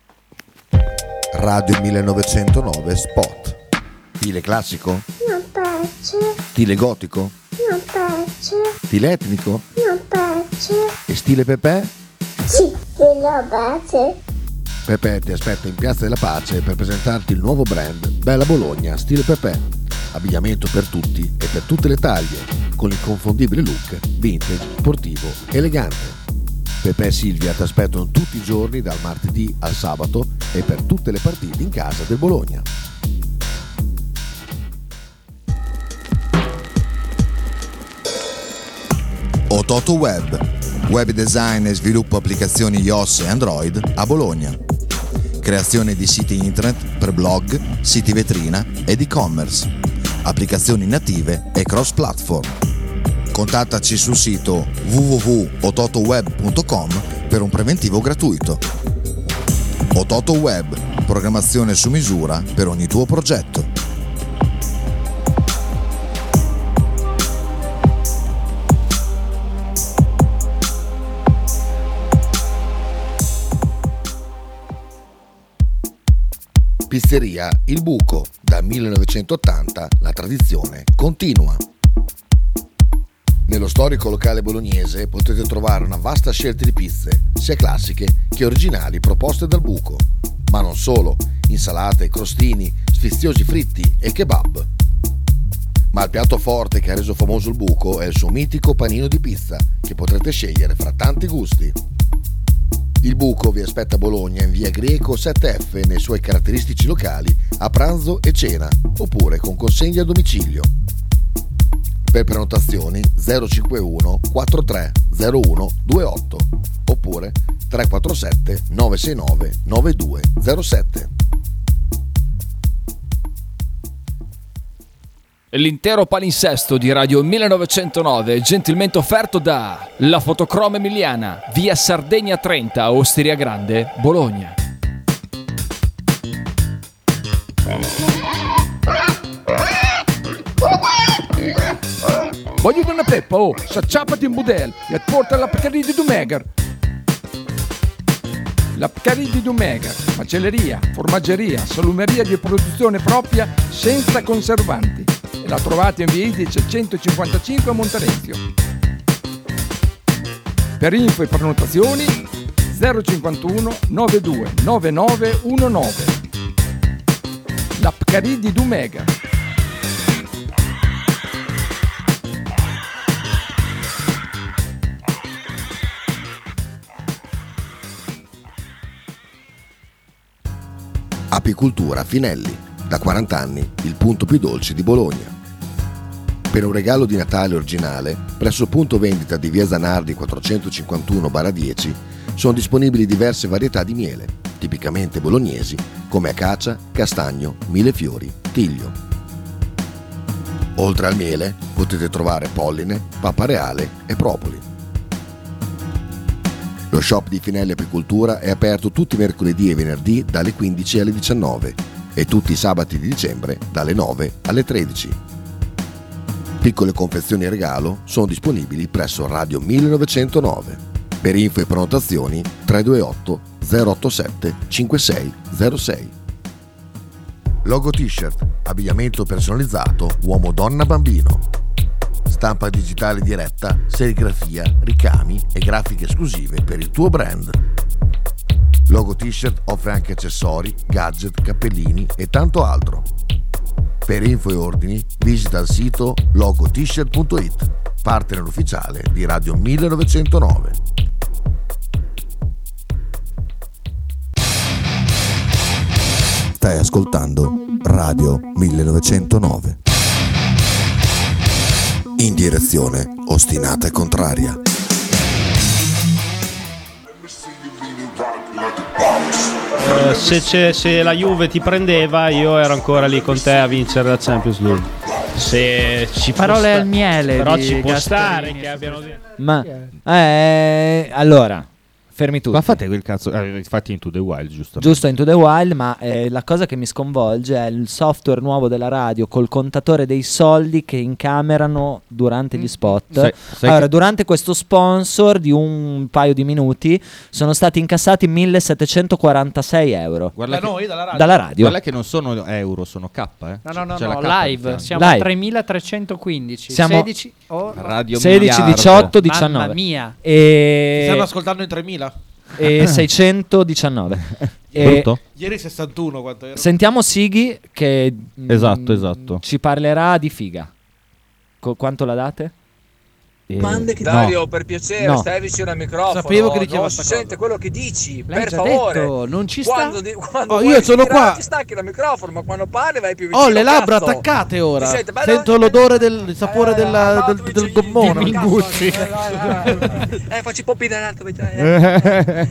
Radio millenovecentonove Spot. Stile classico? Non piace, Stile gotico? non piace, Stile etnico? non piace. E stile Pepe? Sì, della base. Pepe ti aspetta in Piazza della Pace per presentarti il nuovo brand Bella Bologna Stile Pepe. Abbigliamento per tutti e per tutte le taglie, con l'inconfondibile look vintage, sportivo, elegante. Pepe e Silvia ti aspettano tutti i giorni dal martedì al sabato e per tutte le partite in casa del Bologna. Ototo Web, web design e sviluppo applicazioni iOS e Android a Bologna. Creazione di siti internet per blog, siti vetrina ed e-commerce, applicazioni native e cross-platform. Contattaci sul sito w w w punto ototoweb punto com per un preventivo gratuito. Ototo Web, programmazione su misura per ogni tuo progetto. Pizzeria Il Buco, dal millenovecentottanta la tradizione continua. Nello storico locale bolognese potete trovare una vasta scelta di pizze, sia classiche che originali proposte dal Buco, ma non solo, insalate, crostini, sfiziosi fritti e kebab. Ma il piatto forte che ha reso famoso il Buco è il suo mitico panino di pizza, che potrete scegliere fra tanti gusti. Il Buco vi aspetta a Bologna in via Greco sette F nei suoi caratteristici locali a pranzo e cena, oppure con consegna a domicilio. Per prenotazioni zero cinquantuno quarantatré zero uno ventotto oppure tre quattro sette nove sei nove nove due zero sette. L'intero palinsesto di Radio millenovecentonove è gentilmente offerto da La Fotocroma Emiliana, via Sardegna trenta, Osteria Grande, Bologna. Voglio una peppa, oh, s'acciappati in budel e porta la Pcaridi di Dumegar. La Pcaridi di Dumegar, macelleria, formaggeria, salumeria di produzione propria senza conservanti. E la trovate in via Idice centocinquantacinque a Monterezio. Per info e prenotazioni zero cinquantuno novantadue novantanove diciannove. La Pcaridi di Dumegar. Apicoltura Finelli, da quaranta anni il punto più dolce di Bologna. Per un regalo di Natale originale, presso il punto vendita di via Zanardi quattrocentocinquantuno dieci sono disponibili diverse varietà di miele, tipicamente bolognesi, come acacia, castagno, millefiori, tiglio. Oltre al miele potete trovare polline, pappa reale e propoli. Lo shop di Finelli Apicoltura è aperto tutti i mercoledì e venerdì dalle quindici alle diciannove e tutti i sabati di dicembre dalle nove alle tredici. Piccole confezioni e regalo sono disponibili presso Radio millenovecentonove. Per info e prenotazioni tre due otto zero otto sette cinque sei zero sei. Logo T-shirt, abbigliamento personalizzato uomo, donna, bambino. Stampa digitale diretta, serigrafia, ricami e grafiche esclusive per il tuo brand. Logo T-shirt offre anche accessori, gadget, cappellini e tanto altro. Per info e ordini visita il sito logo t shirt punto it, partner ufficiale di Radio millenovecentonove. Stai ascoltando Radio millenovecentonove. in direzione ostinata e contraria. Eh, se, c'è- se la Juve ti prendeva, io ero ancora lì con te a vincere la Champions League. Se ci può Parole sta- al miele però di ci può Gasperini, stare che abbiano Ma eh, allora, fermi tutti. Ma fate quel cazzo. eh, Infatti, Into the Wild, giusto? Giusto, Into the Wild, ma eh, la cosa che mi sconvolge è il software nuovo della radio col contatore dei soldi che incamerano durante gli spot. Sai- sai allora, che- durante questo sponsor di un paio di minuti sono stati incassati millesettecentoquarantasei euro. Guarda Da che- noi, dalla radio? Dalla radio. Guarda che non sono euro, sono K. Eh. No, no, no, C'è no, la K live. di fianco. Siamo Live. a tremilatrecentoquindici. Siamo- sedici o Radio sedici, miliardo. diciotto, diciannove. Mamma mia. E... Stanno ascoltando in tremila? e seicentodiciannove. E Brutto? Ieri sessantuno quanto era? sentiamo Sighi che mm, Esatto, esatto. ci parlerà di figa. Co- quanto la date? Eh, Dario, no. per piacere, No. stai vicino al microfono. Sapevo che diceva non sta si cosa. sente quello che dici. L'hai per già favore, detto, non ci quando, sta. di- quando Oh, vuoi io sono respirare, qua. ti stacchi dal microfono, ma quando parli vai più vicino. Ho le labbra cazzo. attaccate ora. Si sente, bello? Sento l'odore del il sapore Eh, della- no, del, tu del dici- gommone. dimmi, Minguzzi. cazzo. Eh, facci poppi dall'alto. Eh, eh,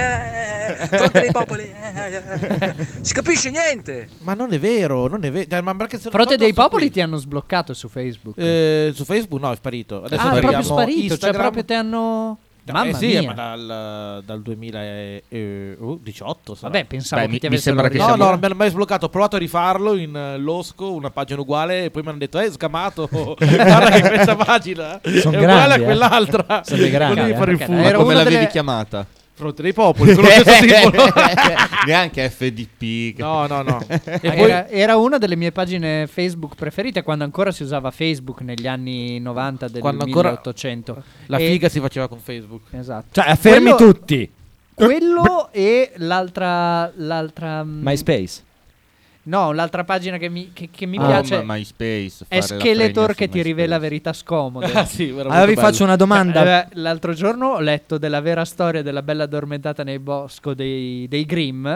eh, tolta dei popoli. eh, eh, eh. Si capisce niente. Ma non è vero, non è vero. Ma perché se non Frotte so, dei sto Popoli qui. ti hanno sbloccato su Facebook. Eh, su Facebook no, è sparito. Adesso ah, è proprio apriamo sparito. Cioè, Instagram. proprio ti hanno. Mamma eh sì, mia. ma dal, dal duemiladiciotto sarà. Vabbè, pensavo Beh, che mi- ti mi avessero sembra che No, siamo- no, non mi hanno mai sbloccato. Ho provato a rifarlo in eh, Losco, una pagina uguale, e poi mi hanno detto, eh, scamato. Guarda che questa pagina è Sono uguale grandi, a eh. quell'altra. Sono dei grandi, Non devi eh. fare il Perché furbo. era Come una l'avevi delle- chiamata? Fronte dei popoli, con lo stesso simbolo. Neanche F D P. No, no, no. E Ah, poi era, era una delle mie pagine Facebook preferite quando ancora si usava Facebook negli anni novanta del Quando ancora- milleottocento. la E- figa si faceva con Facebook. Esatto. Cioè, fermi Quello- tutti. Quello e l'altra l'altra mm, MySpace. No, l'altra pagina che mi, che, che mi Ah, piace ma MySpace, è fare la Skeletor fregna che su ti rivela verità scomode. Ah, sì, era Allora molto vi bello. faccio una domanda. Eh, l'altro giorno ho letto della vera storia della bella addormentata nel bosco dei, dei Grimm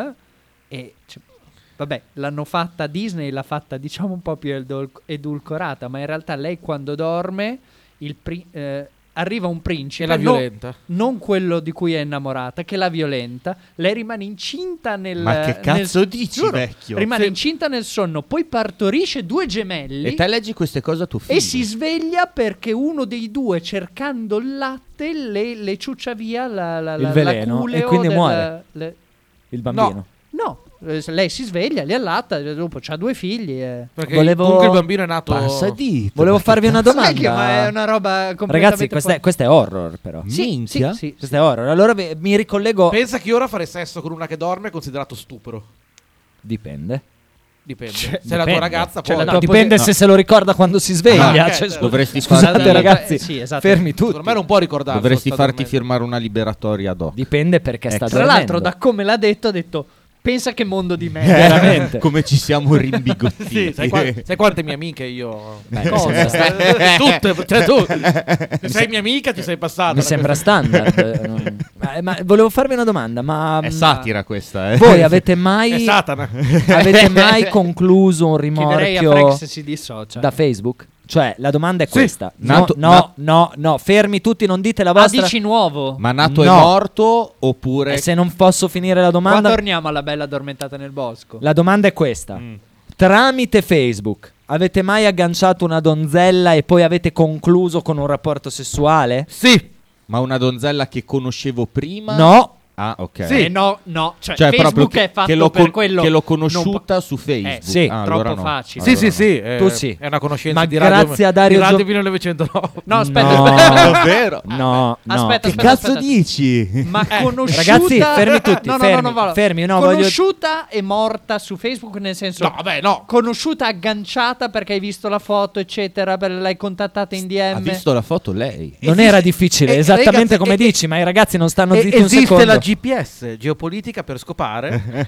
e cioè, vabbè, l'hanno fatta Disney, l'ha fatta diciamo un po' più edul- edulcorata, ma in realtà lei quando dorme il pri- eh, arriva un principe E la no- violenta. non quello di cui è innamorata, che la violenta, lei rimane incinta nel Ma che cazzo nel- dici, giuro, vecchio? rimane Sì. incinta nel sonno, poi partorisce due gemelli E te leggi queste cose a tuo figlio? e si sveglia perché uno dei due, cercando il latte, le, le ciuccia via la, la, Il la- veleno, la culeo e quindi del- muore. le- Il bambino. No, eh, lei si sveglia, li allatta, e dopo ha due figli. E... Perché Volevo- comunque il bambino è nato. Passa dito. Volevo farvi una Sai che, domanda. ma è una roba completamente Ragazzi, questa è, fuori- questa è horror però. Sì, Minchia. sì, sì, Questa è horror. Allora vi- mi ricollego. Pensa che ora fare sesso con una che dorme è considerato stupro. Dipende. Dipende. Cioè, se è la tua dipende. ragazza Cioè, può. la No, tua dipende posi- se se lo ricorda quando si sveglia. Ah, ok, Cioè, certo. Dovresti scusate, farti- ragazzi, Sì, esatto. fermi tutti. Secondo me non può ricordarlo. Dovresti sta farti dormendo. firmare una liberatoria ad hoc. Dipende perché sta Tra dormendo. l'altro, da come l'ha detto, ha detto: pensa che mondo di me. Veramente. Come ci siamo rimbigottiti. Sì, sai, qua- sai quante mie amiche io. Beh, Cosa? mi sembra sta- Tutte, cioè tu. Se sei mia amica ti sei passata. mi sembra standard. eh, non- ma, ma volevo farvi una domanda. Ma È satira questa, eh. voi avete È mai Satana. avete mai concluso un Chiederei a Frank rimorchio se si dissocia. da Facebook? Cioè, la domanda è Sì. questa. No, Nato- no, na- no, no, fermi tutti, non dite la Ah, vostra. dici nuovo? Ma nato No. e morto oppure... E se non posso finire la Qua domanda, torniamo alla bella addormentata nel bosco. la domanda è questa. Mm. Tramite Facebook avete mai agganciato una donzella e poi avete concluso con un rapporto sessuale? Sì. Ma una donzella che conoscevo prima? No. Ah, ok. Sì. Eh, no, no, cioè, Cioè, proprio Facebook che, è fatto che l'ho per con- quello. che l'ho non conosciuta po- su Facebook. sì, Ah, troppo allora no. facile. Sì, Allora sì, no. sì. eh, Tu sì. È una conoscenza Ma di radio. grazie a Dario di Radio Gio- millenovecentonove. No, aspetta, No. aspetta. Davvero? No, no. Aspetta, Che aspetta, cazzo aspetta. dici? Ma conosciuta. Ragazzi, fermi tutti, No, no, fermi, no, no, no. fermi, no, voglio- Conosciuta e morta su Facebook, nel senso. No, vabbè, no. Conosciuta agganciata perché hai visto la foto, eccetera. Per, l'hai contattata in D M. Ha visto la foto lei? Non era difficile, eh, esattamente ragazzi, come eh, dici, ma i ragazzi non stanno E- zitti un esiste secondo. la G P S, geopolitica per scopare.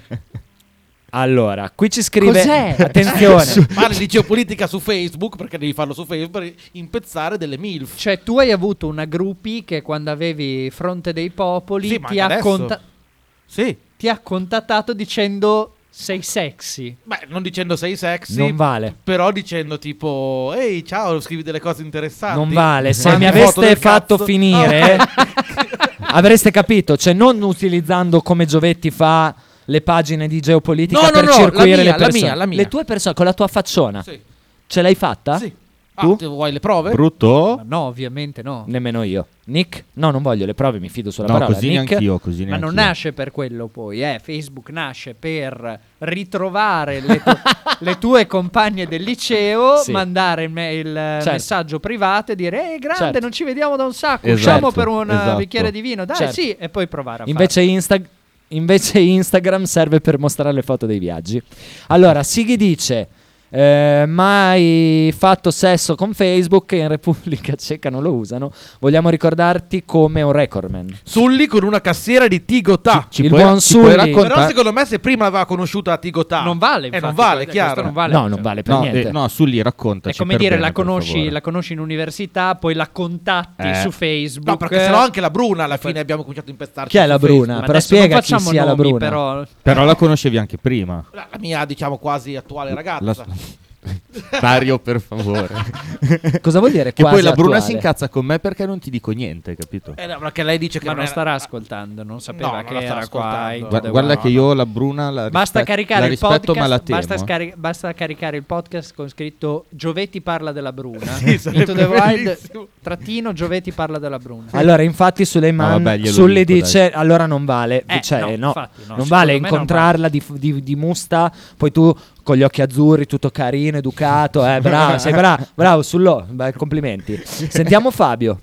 Allora, qui ci scrive Cos'è? attenzione. Parli di geopolitica su Facebook perché devi farlo su Facebook per impezzare delle MILF. Cioè, tu hai avuto una groupie che quando avevi Fronte dei Popoli Sì, ma ti, anche ha adesso. conta- Sì. ti ha contattato dicendo sei sexy. Beh, non dicendo sei sexy, Non vale. però dicendo tipo ehi ciao, scrivi delle cose interessanti. Non vale. Se Mandi mi foto aveste del fatto cazzo. finire, avreste capito. Cioè, non utilizzando come Giovetti fa le pagine di geopolitica No, no, per no, circuire la mia, le la persone. mia, la mia. Le tue persone con la tua facciona. Sì. Ce l'hai fatta? Sì. Tu? Ah, te vuoi le prove? Brutto? Ma no, ovviamente no. Nemmeno io. Nick? No, non voglio le prove, mi fido sulla No, parola. così Nick? neanch'io, così Ma non neanch'io. nasce per quello poi, eh. Facebook nasce per ritrovare le, tu- le tue compagne del liceo, Sì. mandare il, me- il Certo. messaggio privato e dire ehi grande, Certo. non ci vediamo da un sacco, Esatto, usciamo per un eh, esatto. bicchiere di vino, dai Certo. sì, e poi provare a Invece, Insta- invece Instagram serve per mostrare le foto dei viaggi. Allora, Sighi dice... Eh, mai fatto sesso con Facebook, in Repubblica Ceca non lo usano. Vogliamo ricordarti come un recordman. Sully con una cassiera di Tigotà. Ci Il puoi- buon ci puoi Sully. raccontare- Però secondo me se prima aveva conosciuto a Tigotà Non vale, eh, infatti, non vale, questo chiaro. non vale. No, non vale per No, niente. eh, no, Sully, raccontaci. È come per dire bene, la per conosci, favore. la conosci in università, poi la contatti Eh. su Facebook. No, perché sennò anche la Bruna alla fine abbiamo cominciato a impestarci. Chi è su la Facebook. Bruna? Ma Però adesso non spiega chi facciamo sia la nomi, Bruna. però. Però la conoscevi anche prima. La la mia, diciamo, quasi attuale ragazza. La- Dario, per favore. Cosa vuol dire Che quasi poi la Bruna attuale? si incazza con me perché non ti dico niente, capito? Eh, no, perché lei dice che Ma non era- starà ascoltando, non sapeva No, non che la starà era qua. ascoltando. in Gua- The guarda Wild. che io la Bruna la Basta rispet- caricare la il rispetto, ma la podcast. temo. Basta, scari- basta caricare il podcast con scritto Giovetti parla della Bruna. Sì, sarebbe Into the Wild bellissimo. trattino Giovetti parla della Bruna. Allora, infatti, Suleiman No, vabbè, glielo Sully dico, dice: allora non vale, Eh, cioè, no, no, infatti, no, non secondo vale me non incontrarla di, di- di musta. Poi tu con gli occhi azzurri, tutto carino, educato, eh, bravo, sei bravo, bravo, Sullo, beh, complimenti. Sentiamo Fabio.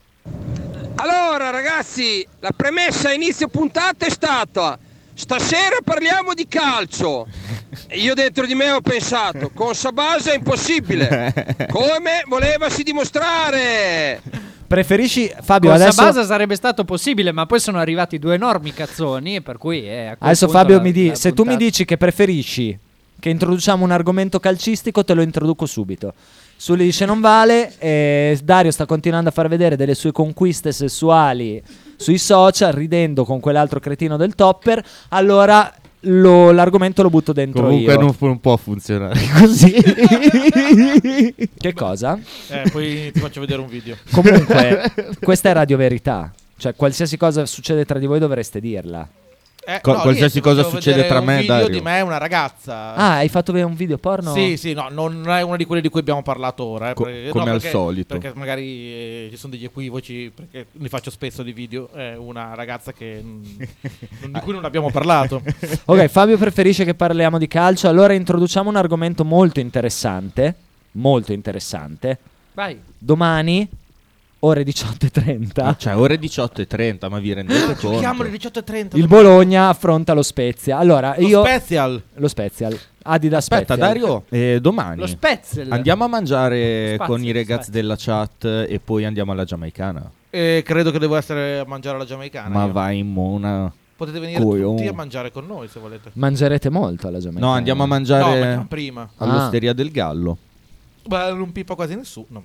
Allora ragazzi, la premessa a inizio puntata è stata: stasera parliamo di calcio. E io dentro di me ho pensato, con Sabasa è impossibile. Come volevasi dimostrare? Preferisci Fabio Con adesso? Sabasa sarebbe stato possibile, ma poi sono arrivati due enormi cazzoni. Per cui eh, a quel Adesso punto Fabio la- mi di- la se tu mi puntata- dici che preferisci che introduciamo un argomento calcistico, te lo introduco subito. Sully dice non vale, e Dario sta continuando a far vedere delle sue conquiste sessuali sui social, ridendo con quell'altro cretino del topper. Allora lo- l'argomento lo butto dentro Comunque io. non, fu- non può funzionare così. Che cosa? Eh, poi ti faccio vedere un video. Comunque, questa è Radio Verità. Cioè, qualsiasi cosa succede tra di voi dovreste dirla. Eh, Co- no, qualsiasi niente, cosa volevo succede vedere tra un me e video Dario. di me e una ragazza. Ah, hai fatto vedere un video porno? Sì, sì, no, non è una di quelle di cui abbiamo parlato ora. eh, Co- perché- come no, al perché- solito. Perché magari eh, ci sono degli equivoci, perché ne faccio spesso di video. È una ragazza che, mm, non- di cui non abbiamo parlato. Ok, Fabio preferisce che parliamo di calcio. Allora introduciamo un argomento molto interessante. Molto interessante. Vai. Domani, ore diciotto e trenta, Ah, cioè, ore diciotto e trenta, ma vi rendete conto? Giochiamo alle diciotto e trenta. il Bologna affronta lo Spezia. Allora, Lo io Special. lo Special. Adidas Aspetta, Special. Dario, eh, domani Lo Spezzel. andiamo a mangiare Spazio, con i ragazzi spazio. della chat e poi andiamo alla giamaicana. Eh, credo che devo essere a mangiare alla giamaicana. Ma io. vai in mona. Potete venire coglione. tutti a mangiare con noi se volete. Mangerete molto alla giamaicana. No, andiamo a No, mangiare mangiamo prima. all'Osteria del Gallo. Beh, non pippa quasi nessuno.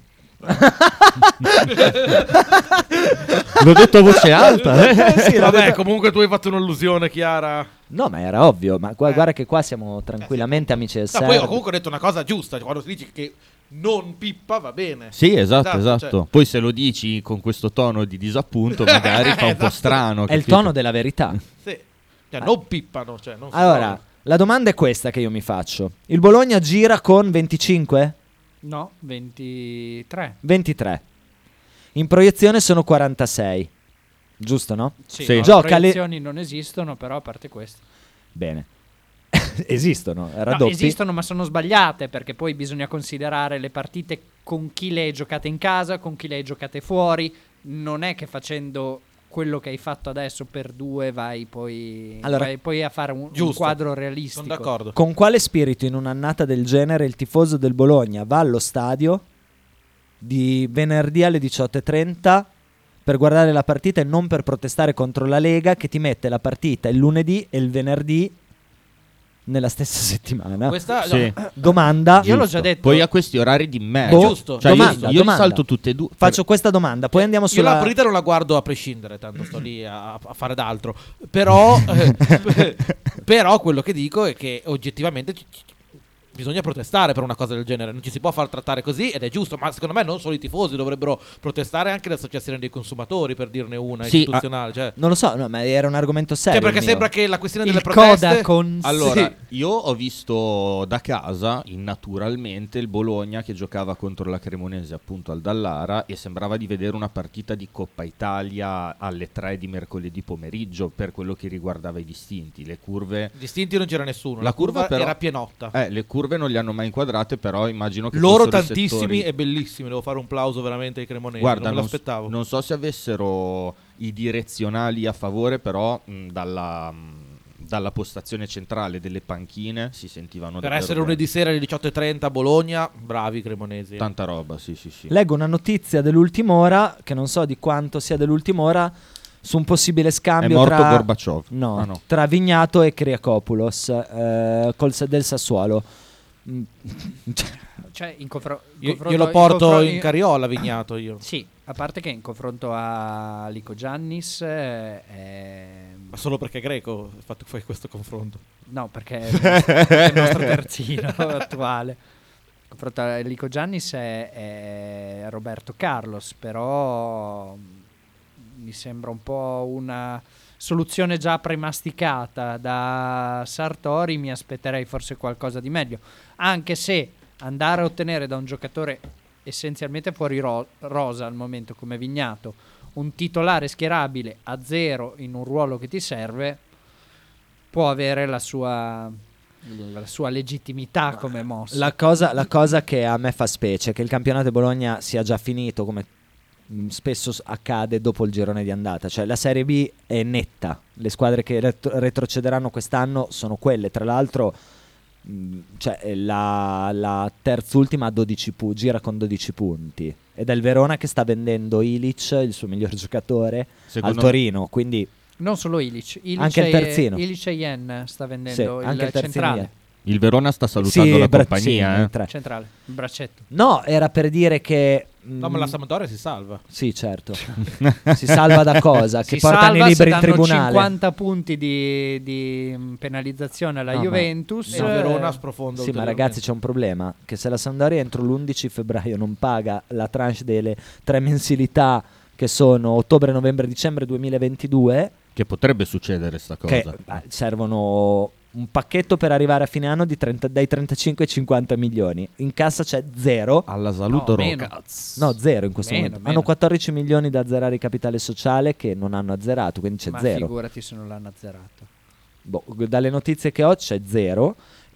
L'ho detto a voce alta. eh? Sì, l'ho Vabbè, detto- comunque tu hai fatto un'illusione, Chiara. No, ma era ovvio. Ma gu- guarda che qua siamo tranquillamente amici del No, poi ho server. comunque detto una cosa giusta. Quando si dice che non pippa va bene. Sì, esatto, esatto. Esatto, cioè- Poi se lo dici con questo tono di disappunto, magari fa un po' Esatto. strano. È il capito? tono della verità. Sì. Cioè, non pippano. Cioè, non si Allora, muovono. la domanda è questa che io mi faccio. Il Bologna gira con venticinque? No, ventitré. ventitré. In proiezione sono quarantasei. Giusto, no? Sì, Sì. no, Gioca le le- proiezioni non esistono, però a parte questo. Bene. Esistono, No, raddoppi. esistono, ma sono sbagliate, perché poi bisogna considerare le partite con chi le hai giocate in casa, con chi le hai giocate fuori. Non è che facendo quello che hai fatto adesso per due vai poi, Allora- vai poi a fare un, un Giusto. quadro realistico. Sono d'accordo. Con quale spirito in un'annata del genere il tifoso del Bologna va allo stadio di venerdì alle diciotto e trenta per guardare la partita e non per protestare contro la Lega che ti mette la partita il lunedì e il venerdì nella stessa settimana. Questa Sì. Domanda. Io l'ho già detto. Poi a questi orari di merda. Boh, giusto. Cioè, io- domanda, io, li domanda. salto tutte e due. Faccio questa domanda, poi andiamo Io sulla la partita non la guardo a prescindere, tanto sto lì a, a fare d'altro. Però, eh, però quello che dico è che oggettivamente ci- ci- bisogna protestare per una cosa del genere. Non ci si può far trattare così ed è giusto. Ma secondo me non solo i tifosi dovrebbero protestare, anche le associazioni dei consumatori, per dirne una Sì, istituzionale. Cioè, Non lo so, no, ma era un argomento serio. cioè, perché il mio. sembra che la questione Il delle proteste Codacons. Allora, Sì. io ho visto da casa, innaturalmente, il Bologna che giocava contro la Cremonese appunto al Dallara e sembrava di vedere una partita di Coppa Italia alle tre di mercoledì pomeriggio per quello che riguardava i distinti. Le curve... distinti non c'era nessuno. La, La curva, curva però- era pienotta. Eh, le curve non li hanno mai inquadrate, però immagino che Loro fossero i tantissimi settori- e bellissimi. Devo fare un plauso veramente ai cremonesi. Guarda, non me non, l'aspettavo. non so se avessero i direzionali a favore, però mh, dalla, mh, dalla postazione centrale delle panchine si sentivano Per davvero essere bene. lunedì sera alle diciotto e trenta a Bologna, bravi i cremonesi. Tanta roba, sì, sì, sì. Leggo una notizia dell'ultima ora, che non so di quanto sia dell'ultima ora, su un possibile È scambio morto tra Gorbaciov. no, Ah, no. tra Vignato e Kriakopoulos eh, col se- del Sassuolo. Mm. Cioè, in confro- Io, confronto- io lo porto confro- in carriola, Vignato, io. Sì, a parte che in confronto a Lico Giannis eh, è... Ma solo perché è greco hai fatto fai questo confronto. No, perché è il nostro, è il nostro terzino attuale. In confronto a Lico Giannis è, è Roberto Carlos, però mi sembra un po' una soluzione già premasticata da Sartori. Mi aspetterei forse qualcosa di meglio, anche se andare a ottenere da un giocatore essenzialmente fuori ro- rosa al momento come Vignato un titolare schierabile a zero in un ruolo che ti serve può avere la sua la sua legittimità come mossa. La cosa, la cosa che a me fa specie è che il campionato di Bologna sia già finito, come mh, spesso s- accade dopo il girone di andata. Cioè la Serie B è netta, le squadre che retro- retrocederanno quest'anno sono quelle. Tra l'altro mh, cioè, eh, la, la terzultima ha dodici pu- gira con dodici punti ed è il Verona che sta vendendo Ilic, il suo miglior giocatore, Secondo al Torino, quindi Non solo Ilic, Ilic Anche il e- terzino. Ilic e Yen sta vendendo Sì, il anche il terzino centrale. Yen. Il Verona sta salutando Sì, la bra- compagnia, sì, eh. tre. Centrale, il braccetto. No, era per dire che No, ma la Sampdoria si salva. Sì, certo. Si salva da cosa? Che Si portano salva i libri se in danno tribunale. cinquanta punti di, di mm, penalizzazione alla No, ma- Juventus. E il Verona eh, sprofonda Sì, ma ulteriormente. ragazzi c'è un problema, che se la Sampdoria entro l'undici febbraio non paga la tranche delle tre mensilità che sono ottobre, novembre, dicembre duemilaventidue, Che potrebbe succedere sta cosa. che eh, servono un pacchetto per arrivare a fine anno di trenta dai trentacinque ai cinquanta milioni. In cassa c'è zero. Alla saluto No, meno. Rocaz. No, zero in questo Meno, momento. meno. Hanno quattordici milioni da azzerare di capitale sociale che non hanno azzerato, quindi c'è ma zero. figurati se non l'hanno azzerato. Boh, dalle notizie che ho c'è zero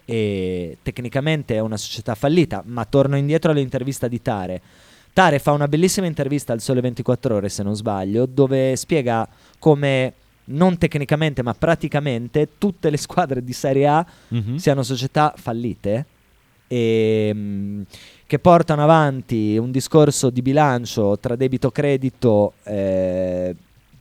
e tecnicamente è una società fallita, ma torno indietro all'intervista di Tare. Tare fa una bellissima intervista al Sole ventiquattro Ore, se non sbaglio, dove spiega come non tecnicamente ma praticamente tutte le squadre di Serie A Mhm. siano società fallite e mh, che portano avanti un discorso di bilancio tra debito e credito eh,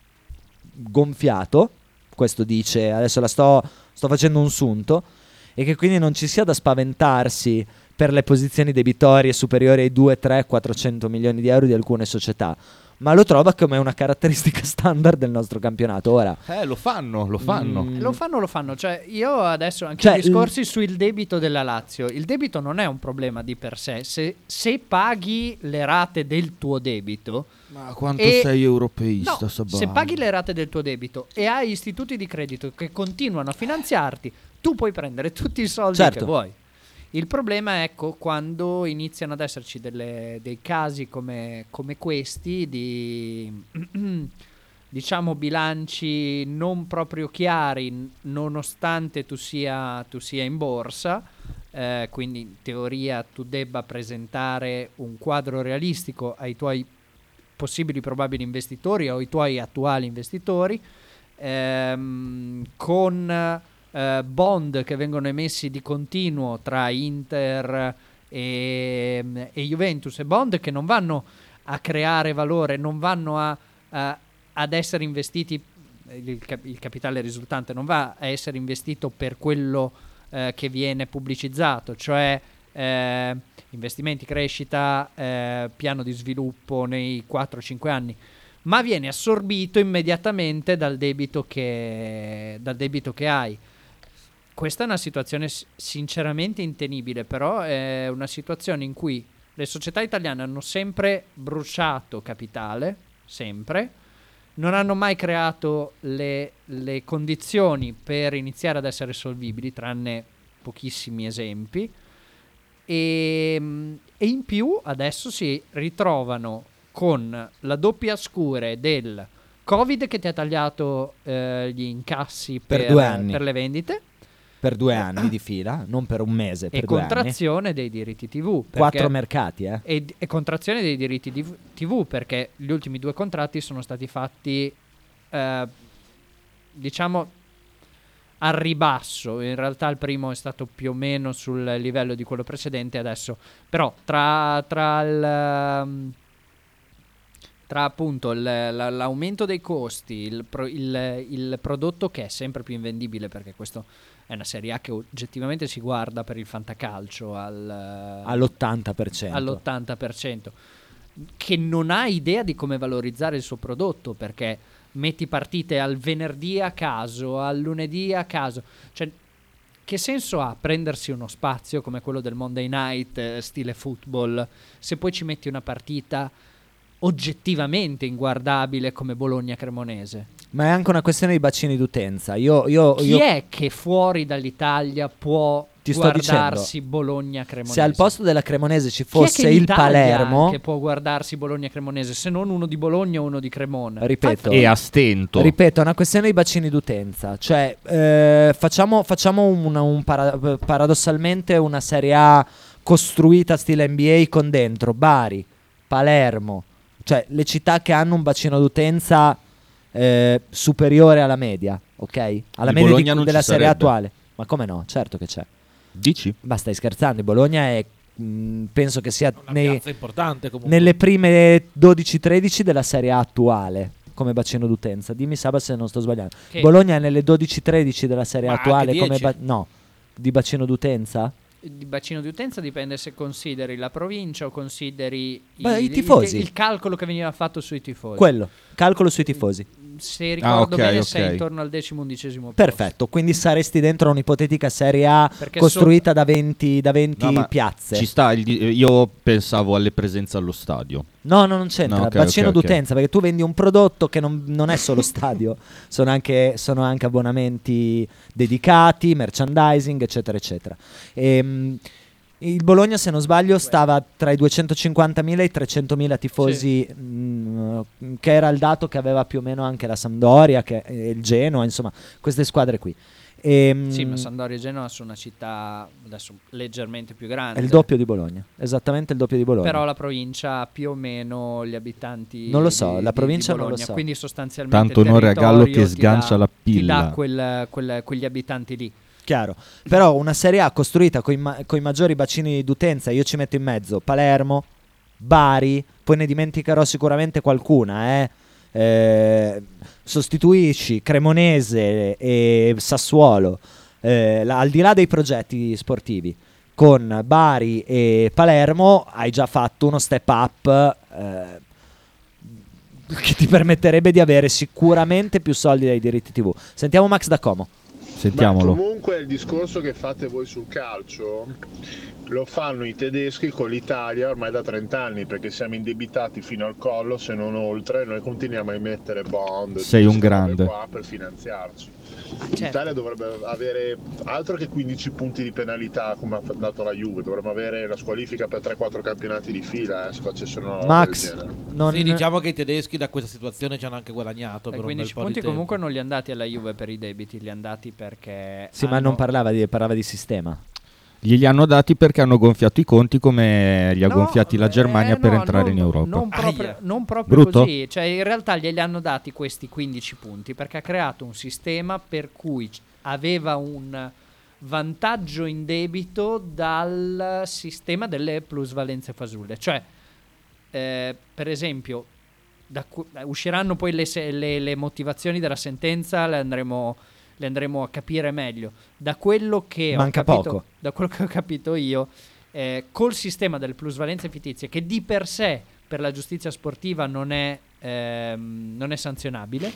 gonfiato. Questo dice, adesso la sto, sto facendo un sunto, e che quindi non ci sia da spaventarsi per le posizioni debitorie superiori ai due, tre, quattrocento milioni di euro di alcune società, ma lo trova come una caratteristica standard del nostro campionato. Ora, Eh, lo fanno, lo fanno. Mm. Lo fanno, lo fanno. Cioè, io adesso anche Cioè, i discorsi sul debito della Lazio. Il debito non è un problema di per sé. Se, se paghi le rate del tuo debito, Ma quanto E- sei europeista, no, Sabà. se paghi le rate del tuo debito e hai istituti di credito che continuano a finanziarti, tu puoi prendere tutti i soldi Certo. che vuoi. Il problema è, ecco, quando iniziano ad esserci delle- dei casi come, come questi di diciamo bilanci non proprio chiari, n- nonostante tu sia, tu sia in borsa, eh, quindi in teoria tu debba presentare un quadro realistico ai tuoi possibili probabili investitori o ai tuoi attuali investitori, ehm, con eh, bond che vengono emessi di continuo tra Inter e, e Juventus, e bond che non vanno a creare valore, non vanno a, a- ad essere investiti, il, cap- il capitale risultante non va a essere investito per quello eh, che viene pubblicizzato, cioè eh, investimenti, crescita, eh, piano di sviluppo nei quattro cinque anni, ma viene assorbito immediatamente dal debito che, dal debito che hai. Questa è una situazione s- sinceramente intenibile, però è una situazione in cui le società italiane hanno sempre bruciato capitale, sempre, non hanno mai creato le, le condizioni per iniziare ad essere solvibili, tranne pochissimi esempi, e, e in più adesso si ritrovano con la doppia scure del Covid che ti ha tagliato eh, gli incassi Per per, due anni. per le vendite, Per due anni di fila, non per un mese, per e due anni. contrazione dei diritti tivù. Quattro perché- mercati, eh. E, e contrazione dei diritti di- tivù, perché gli ultimi due contratti sono stati fatti, eh, diciamo, al ribasso. In realtà il primo è stato più o meno sul livello di quello precedente adesso. Però tra, tra il... um, tra appunto il- la- l'aumento dei costi, il, pro- il- il prodotto che è sempre più invendibile, perché questo è una Serie A che oggettivamente si guarda per il fantacalcio al, All'ottanta per cento. all'ottanta per cento, che non ha idea di come valorizzare il suo prodotto, perché metti partite al venerdì a caso, al lunedì a caso, cioè che senso ha prendersi uno spazio come quello del Monday Night eh, stile football se poi ci metti una partita oggettivamente inguardabile come Bologna-Cremonese? Ma è anche una questione di bacini d'utenza. Io, io, Chi io è che fuori dall'Italia può Ti sto guardarsi Bologna-Cremonese? se al posto della Cremonese ci Chi è che fosse in il Italia Palermo, che può guardarsi Bologna-Cremonese, se non uno di Bologna o uno di Cremona? ripeto, E a stento. ripeto, è una questione di bacini d'utenza. Cioè, eh, facciamo, facciamo un, un para- paradossalmente una Serie A costruita stile N B A con dentro Bari, Palermo, cioè le città che hanno un bacino d'utenza eh, superiore alla media, ok? Alla Il media Bologna di- non della ci Serie A sarebbe. attuale. Ma come no? Certo che c'è. Dici? Ma stai scherzando? Il Bologna è, mh, penso che sia Una nei- piazza importante comunque. nelle prime dodici tredici della Serie A attuale come bacino d'utenza. Dimmi Saba se non sto sbagliando. Che- Bologna è nelle dodici tredici della Serie A Ma attuale anche come dieci? ba- no, di bacino d'utenza? Di bacino di utenza dipende se consideri la provincia o consideri Beh, i il, tifosi. il, il calcolo che veniva fatto sui tifosi. Quello, calcolo sui tifosi. Se ricordo Ah, ok, bene ok. sei intorno al decimo undicesimo posto. Perfetto, quindi saresti dentro un'ipotetica Serie A Perché costruita da venti, da venti No, ma piazze. Ci sta, il di- io pensavo alle presenze allo stadio. No, no, non c'entra. No, ok, bacino ok, ok. d'utenza, perché tu vendi un prodotto che non, non è solo stadio, sono anche, sono anche abbonamenti dedicati, merchandising, eccetera, eccetera. Ehm, il Bologna, se non sbaglio, stava tra i duecentocinquantamila e i trecentomila tifosi, mh, che era il dato che aveva più o meno anche la Sampdoria, che, e il Genoa, insomma, queste squadre qui. Ehm, Sì, ma Sampdoria e Genoa sono una città adesso leggermente più grande. è il doppio di Bologna, esattamente il doppio di Bologna. Però la provincia ha più o meno gli abitanti. Non lo so, di- la di- provincia di non lo Bologna, so. Quindi sostanzialmente Tanto il onore a Gallo territorio che ti dà- sgancia la Ti pilla. dà quel- quel- quegli abitanti lì. Chiaro, però una Serie A costruita con i maggiori bacini d'utenza, io ci metto in mezzo Palermo, Bari, poi ne dimenticherò sicuramente qualcuna, eh. Eh, sostituisci Cremonese e Sassuolo, eh, la- al di là dei progetti sportivi, con Bari e Palermo hai già fatto uno step up eh, che ti permetterebbe di avere sicuramente più soldi dai diritti tivù. Sentiamo Max da Como. Sentiamolo. Beh, comunque il discorso che fate voi sul calcio lo fanno i tedeschi con l'Italia ormai da trenta anni, perché siamo indebitati fino al collo, se non oltre, e noi continuiamo a emettere bond. Sei tutte un queste robe grande. qua per finanziarci. Certo. L'Italia dovrebbe avere altro che quindici punti di penalità come ha dato la Juve, dovremmo avere la squalifica per tre quattro campionati di fila eh, se facessero una roba Max, del genere. non- Sì, diciamo che i tedeschi da questa situazione ci hanno anche guadagnato E per un bel quindici po' di punti tempo. comunque non li è andati alla Juve per i debiti, li è andati perché. Sì, ma hanno- non parlava di, parlava di sistema. Glieli hanno dati perché hanno gonfiato i conti come li ha No, gonfiati la Germania eh, per no, entrare non- in Europa. Non proprio, non proprio Brutto? così, cioè in realtà glieli hanno dati questi quindici punti perché ha creato un sistema per cui c- aveva un vantaggio in debito dal sistema delle plusvalenze fasulle, cioè eh, per esempio da cu- usciranno poi le, se- le- le motivazioni della sentenza, le andremo, le andremo a capire meglio. Da quello che Manca ho capito, poco. da quello che ho capito io, eh, col sistema delle plusvalenze fittizie, che di per sé per la giustizia sportiva non è, ehm, non è sanzionabile,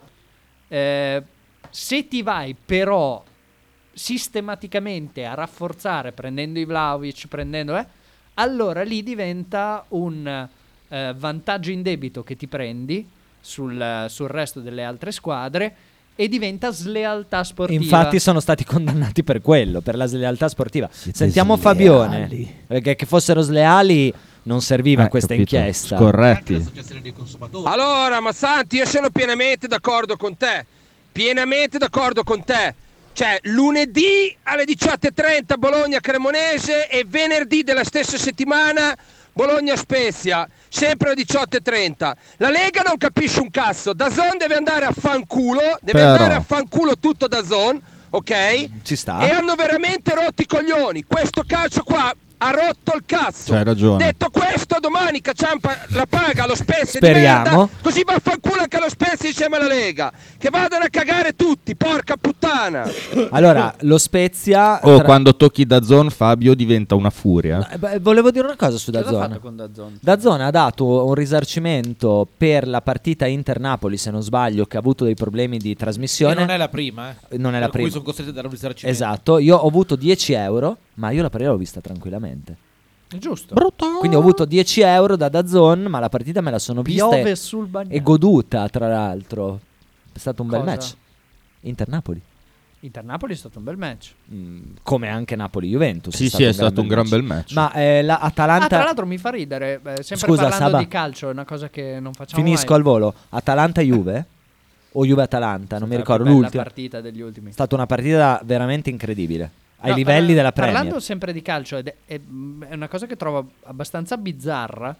eh, se ti vai però sistematicamente a rafforzare prendendo i Vlahovic, prendendo eh, allora lì diventa un eh, vantaggio in debito che ti prendi sul, sul resto delle altre squadre e diventa slealtà sportiva. Infatti sono stati condannati per quello, per la slealtà sportiva. Siete Sentiamo sleali. Fabione, perché che fossero sleali non serviva Eh, questa capito. inchiesta. Scorretti. Allora, Massanti, io sono pienamente d'accordo con te. Pienamente d'accordo con te. Cioè, lunedì alle diciotto e trenta Bologna-Cremonese e venerdì della stessa settimana Bologna-Spezia, sempre alle diciotto e trenta. La Lega non capisce un cazzo. DAZN deve andare a fanculo, deve Però. andare a fanculo tutto DAZN, ok? Ci sta. E hanno veramente rotto i coglioni. Questo calcio qua ha rotto il cazzo. C'hai ragione. Detto questo, domani Cacciampa la paga lo Spezia Speriamo. di merda, così va a fanculo anche lo Spezia insieme alla Lega. Che vadano a cagare tutti, porca puttana. Allora, lo Spezia Oh, tra- quando tocchi DAZN, Fabio diventa una furia. Eh, beh, volevo dire una cosa su Cosa ha DAZN. fatto con DAZN? DAZN ha dato un risarcimento per la partita Inter-Napoli, se non sbaglio, che ha avuto dei problemi di E trasmissione. non è la prima, eh. Non è la per prima. cui sono costretti a dare un risarcimento. Esatto, io ho avuto dieci euro, ma io la partita l'ho vista tranquillamente. È giusto. Quindi ho avuto dieci euro da DAZN, ma la partita me la sono vista Piove e, sul bagnato. e goduta, tra l'altro. È stato un bel Cosa? match. Inter-Napoli. Inter-Napoli è stato un bel match. Mm, come anche Napoli-Juventus. Sì, sì, è stato un gran bel match. Ma eh, la Ah, Atalanta... tra l'altro mi fa ridere, eh, sempre Scusa, parlando Saba. di calcio, è una cosa che non facciamo Finisco mai. al volo. Atalanta-Juve? O Juve-Atalanta, non mi È stata ricordo. la più bella L'ultima. partita degli ultimi. È stata una partita veramente incredibile. Ai No, livelli parla- della Premier. Parlando sempre di calcio, ed è, è- è una cosa che trovo abbastanza bizzarra.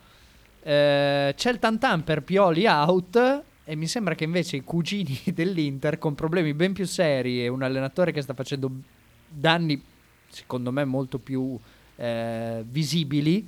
eh, c'è il tantan per Pioli out. E mi sembra che invece i cugini dell'Inter, con problemi ben più seri, e un allenatore che sta facendo danni, secondo me, molto più eh, visibili,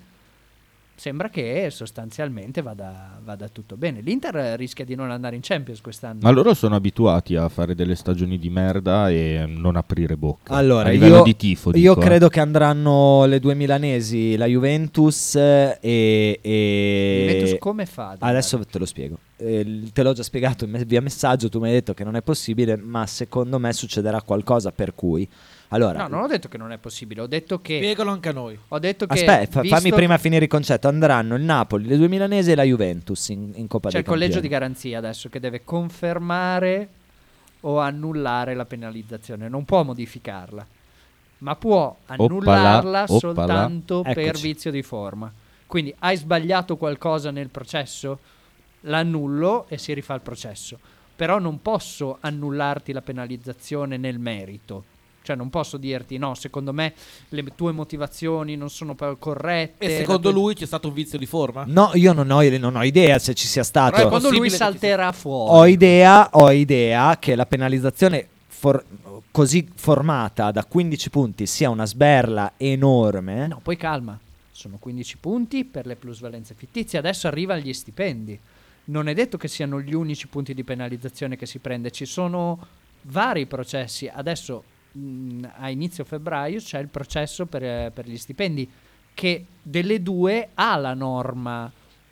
sembra che sostanzialmente vada, vada tutto bene. L'Inter rischia di non andare in Champions quest'anno. Ma loro sono abituati a fare delle stagioni di merda e non aprire bocca. Allora, a livello io, di tifo. io dico, eh. credo che andranno le due milanesi, la Juventus eh, e... e... Juventus come fa ad Adesso te lo spiego. Eh, te l'ho già spiegato in me- via messaggio, tu mi hai detto che non è possibile, ma secondo me succederà qualcosa per cui... Allora, No, non ho detto che non è possibile, ho detto che... Spiegalo anche a noi. Ho detto che... aspetta, fa- visto- fammi prima finire il concetto. Andranno il Napoli, le due milanesi e la Juventus in, in Coppa C'è dei il collegio di Campioni. garanzia adesso che deve confermare o annullare la penalizzazione, non può modificarla, ma può annullarla oppala. soltanto per Eccoci. vizio di forma. Quindi hai sbagliato qualcosa nel processo, l'annullo e si rifà il processo. Però non posso annullarti la penalizzazione nel merito. Cioè non posso dirti no, secondo me le tue motivazioni non sono pa- corrette. E la secondo tua- lui c'è stato un vizio di forma? No, io non ho, non ho idea se ci sia stato. Però secondo lui possibile che ci salterà fuori. Ho idea, ho idea che la penalizzazione for- così formata da quindici punti sia una sberla enorme. No, poi calma, sono quindici punti per le plusvalenze fittizie, adesso arriva agli stipendi. Non è detto che siano gli unici punti di penalizzazione che si prende, ci sono vari processi. Adesso mh, a inizio febbraio c'è il processo per, eh, per gli stipendi, che delle due ha la norma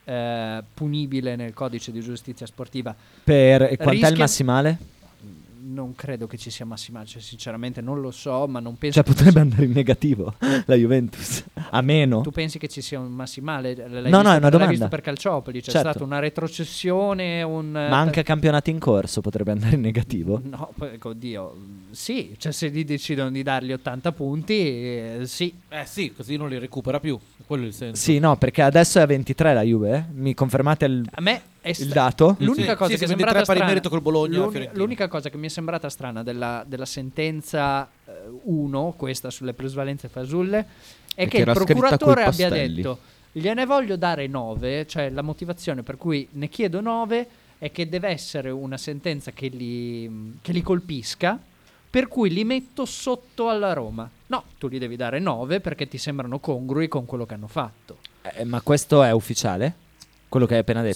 eh, punibile nel codice di giustizia sportiva. Per, e quant'è il Rischia- massimale? Non credo che ci sia massimale, cioè, sinceramente non lo so, ma non penso Cioè che ci potrebbe sia- andare in negativo la Juventus. A meno. Tu pensi che ci sia un massimale? L'hai No, visto, no, è una l'hai domanda. visto per Calciopoli, c'è Certo. stata una retrocessione, un... Ma anche a campionati in corso potrebbe andare in negativo. No, poi, oddio, sì, cioè se gli decidono di dargli ottanta punti, eh, sì. Eh sì, così non li recupera più. Quello è il senso. Sì, no, perché adesso è a ventitré la Juve. eh? Mi confermate il, A me è il sta- dato? L'unica Sì, cosa sì, che è sì, sembrata ventitré pari strana, merito col Bologna e la l'uni- Fiorentina. l'unica cosa che mi è sembrata strana della, della sentenza uno, questa sulle plusvalenze fasulle, è E che, che il era scritta procuratore coi abbia pastelli. detto gliene voglio dare nove, cioè la motivazione per cui ne chiedo nove è che deve essere una sentenza che li, che li colpisca, per cui li metto sotto alla Roma. No, tu gli devi dare nove perché ti sembrano congrui con quello che hanno fatto. Eh, ma questo è ufficiale? Quello che hai appena detto? Sì,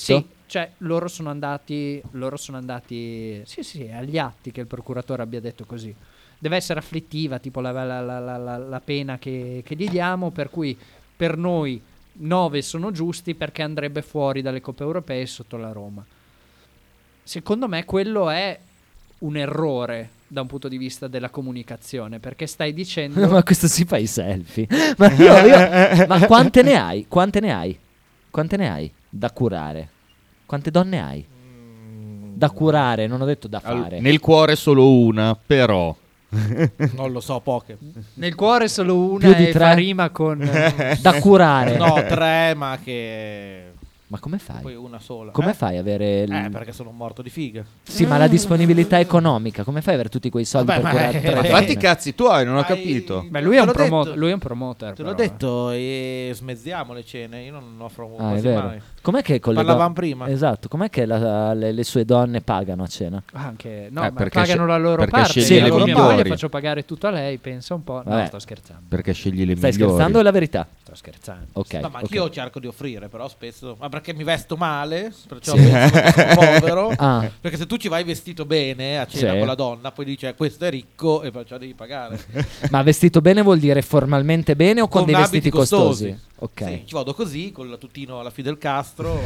Cioè, loro sono andati. Loro sono andati. Sì, sì, è agli atti che il procuratore abbia detto così. Deve essere afflittiva, tipo la, la, la, la, la, la pena che, che gli diamo. Per cui per noi nove sono giusti perché andrebbe fuori dalle coppe europee sotto la Roma. Secondo me quello è un errore da un punto di vista della comunicazione, perché stai dicendo ma questo si fa i selfie. Ma, io, io, ma quante ne hai? Quante ne hai? Quante ne hai da curare? Quante donne hai? Da curare, non ho detto da fare. Nel cuore solo una, però. Non lo so, poche. Nel cuore solo una Più di e tre? fa rima con Da curare. No, tre, ma che... Ma come fai? Poi una sola. Come eh? fai a avere il... Eh, perché sono morto di figa. Sì, ma la disponibilità economica, come fai ad avere tutti quei soldi Vabbè, per ma curare è- tre ma donne? Fatti i cazzi tuoi, non ho Hai- capito. Beh, lui è, Te un l'ho promo- detto. lui è un promoter. Te l'ho però, eh. detto, e smezziamo le cene. Io non offro Ah, è quasi vero. mai. Com'è che con le Parlavamo don- prima. Esatto, com'è che la- le, le sue donne pagano a cena? Anche no, Eh, ma perché pagano sce- la loro perché parte. sceglie Io le con mia migliori. moglie faccio pagare tutto a lei. Pensa un po'. No, Vabbè. sto scherzando. Perché scegli le Stai migliori. scherzando o è la verità? Sto scherzando. Ok. No, ma ok. anch'io cerco di offrire, però spesso. Ma perché mi vesto male? Perciò Sì. penso che sono povero. Ah. Perché se tu ci vai vestito bene a cena Sì. con la donna, poi dice questo è ricco e perciò devi pagare. Ma vestito bene vuol dire formalmente bene o con, dei abiti vestiti costosi? Ok. Sì, ci vado così, con il tutino alla Fidel Castro.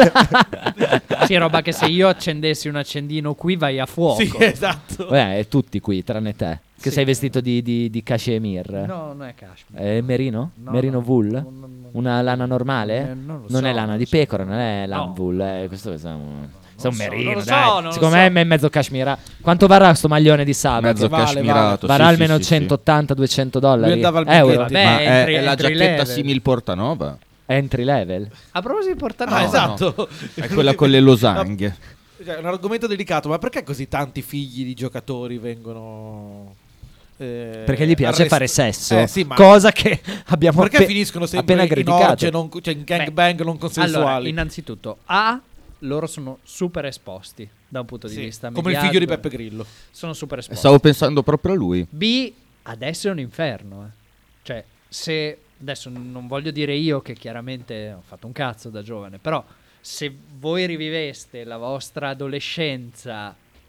Sì, roba che se io accendessi un accendino qui vai a fuoco. Sì, esatto. Beh, è tutti qui, tranne te. Che Sì. sei vestito di, di, di cashemir. No, non è cashmere. È merino? No, merino no. wool? Non- non- Una lana normale? Eh, non lo non so, è lana non di lo so. pecora, non è lana No. wool. Eh, questo è un, lo un so, merino, non lo so, dai. non lo Secondo so. me è mezzo cashmira. Quanto varrà sto maglione di sabato? Mezzo vale, cashmirato. Varrà sì, almeno sì, sì, sì. centottanta duecento dollari. Lui andava al Euro. biglietto. Vabbè, Ma è, entry- è la entry giacchetta level. simil Portanova? Entry level. A proposito di portare Ah, No, esatto. È quella con le losanghe. Cioè, è un argomento delicato, ma perché così tanti figli di giocatori vengono... eh, Perché gli piace arrest- fare sesso. Eh, sì, ma Cosa che abbiamo perché appe- finiscono sempre appena in criticato. orge, non, cioè in gangbang non consensuali? Allora, innanzitutto, A, loro sono super esposti da un punto di Sì, vista come il mediatico. figlio di Beppe Grillo. Sono super esposti. Stavo pensando proprio a lui. B, adesso è un inferno. Eh. Cioè, se... Adesso non voglio dire io che chiaramente ho fatto un cazzo da giovane, però se voi riviveste la vostra adolescenza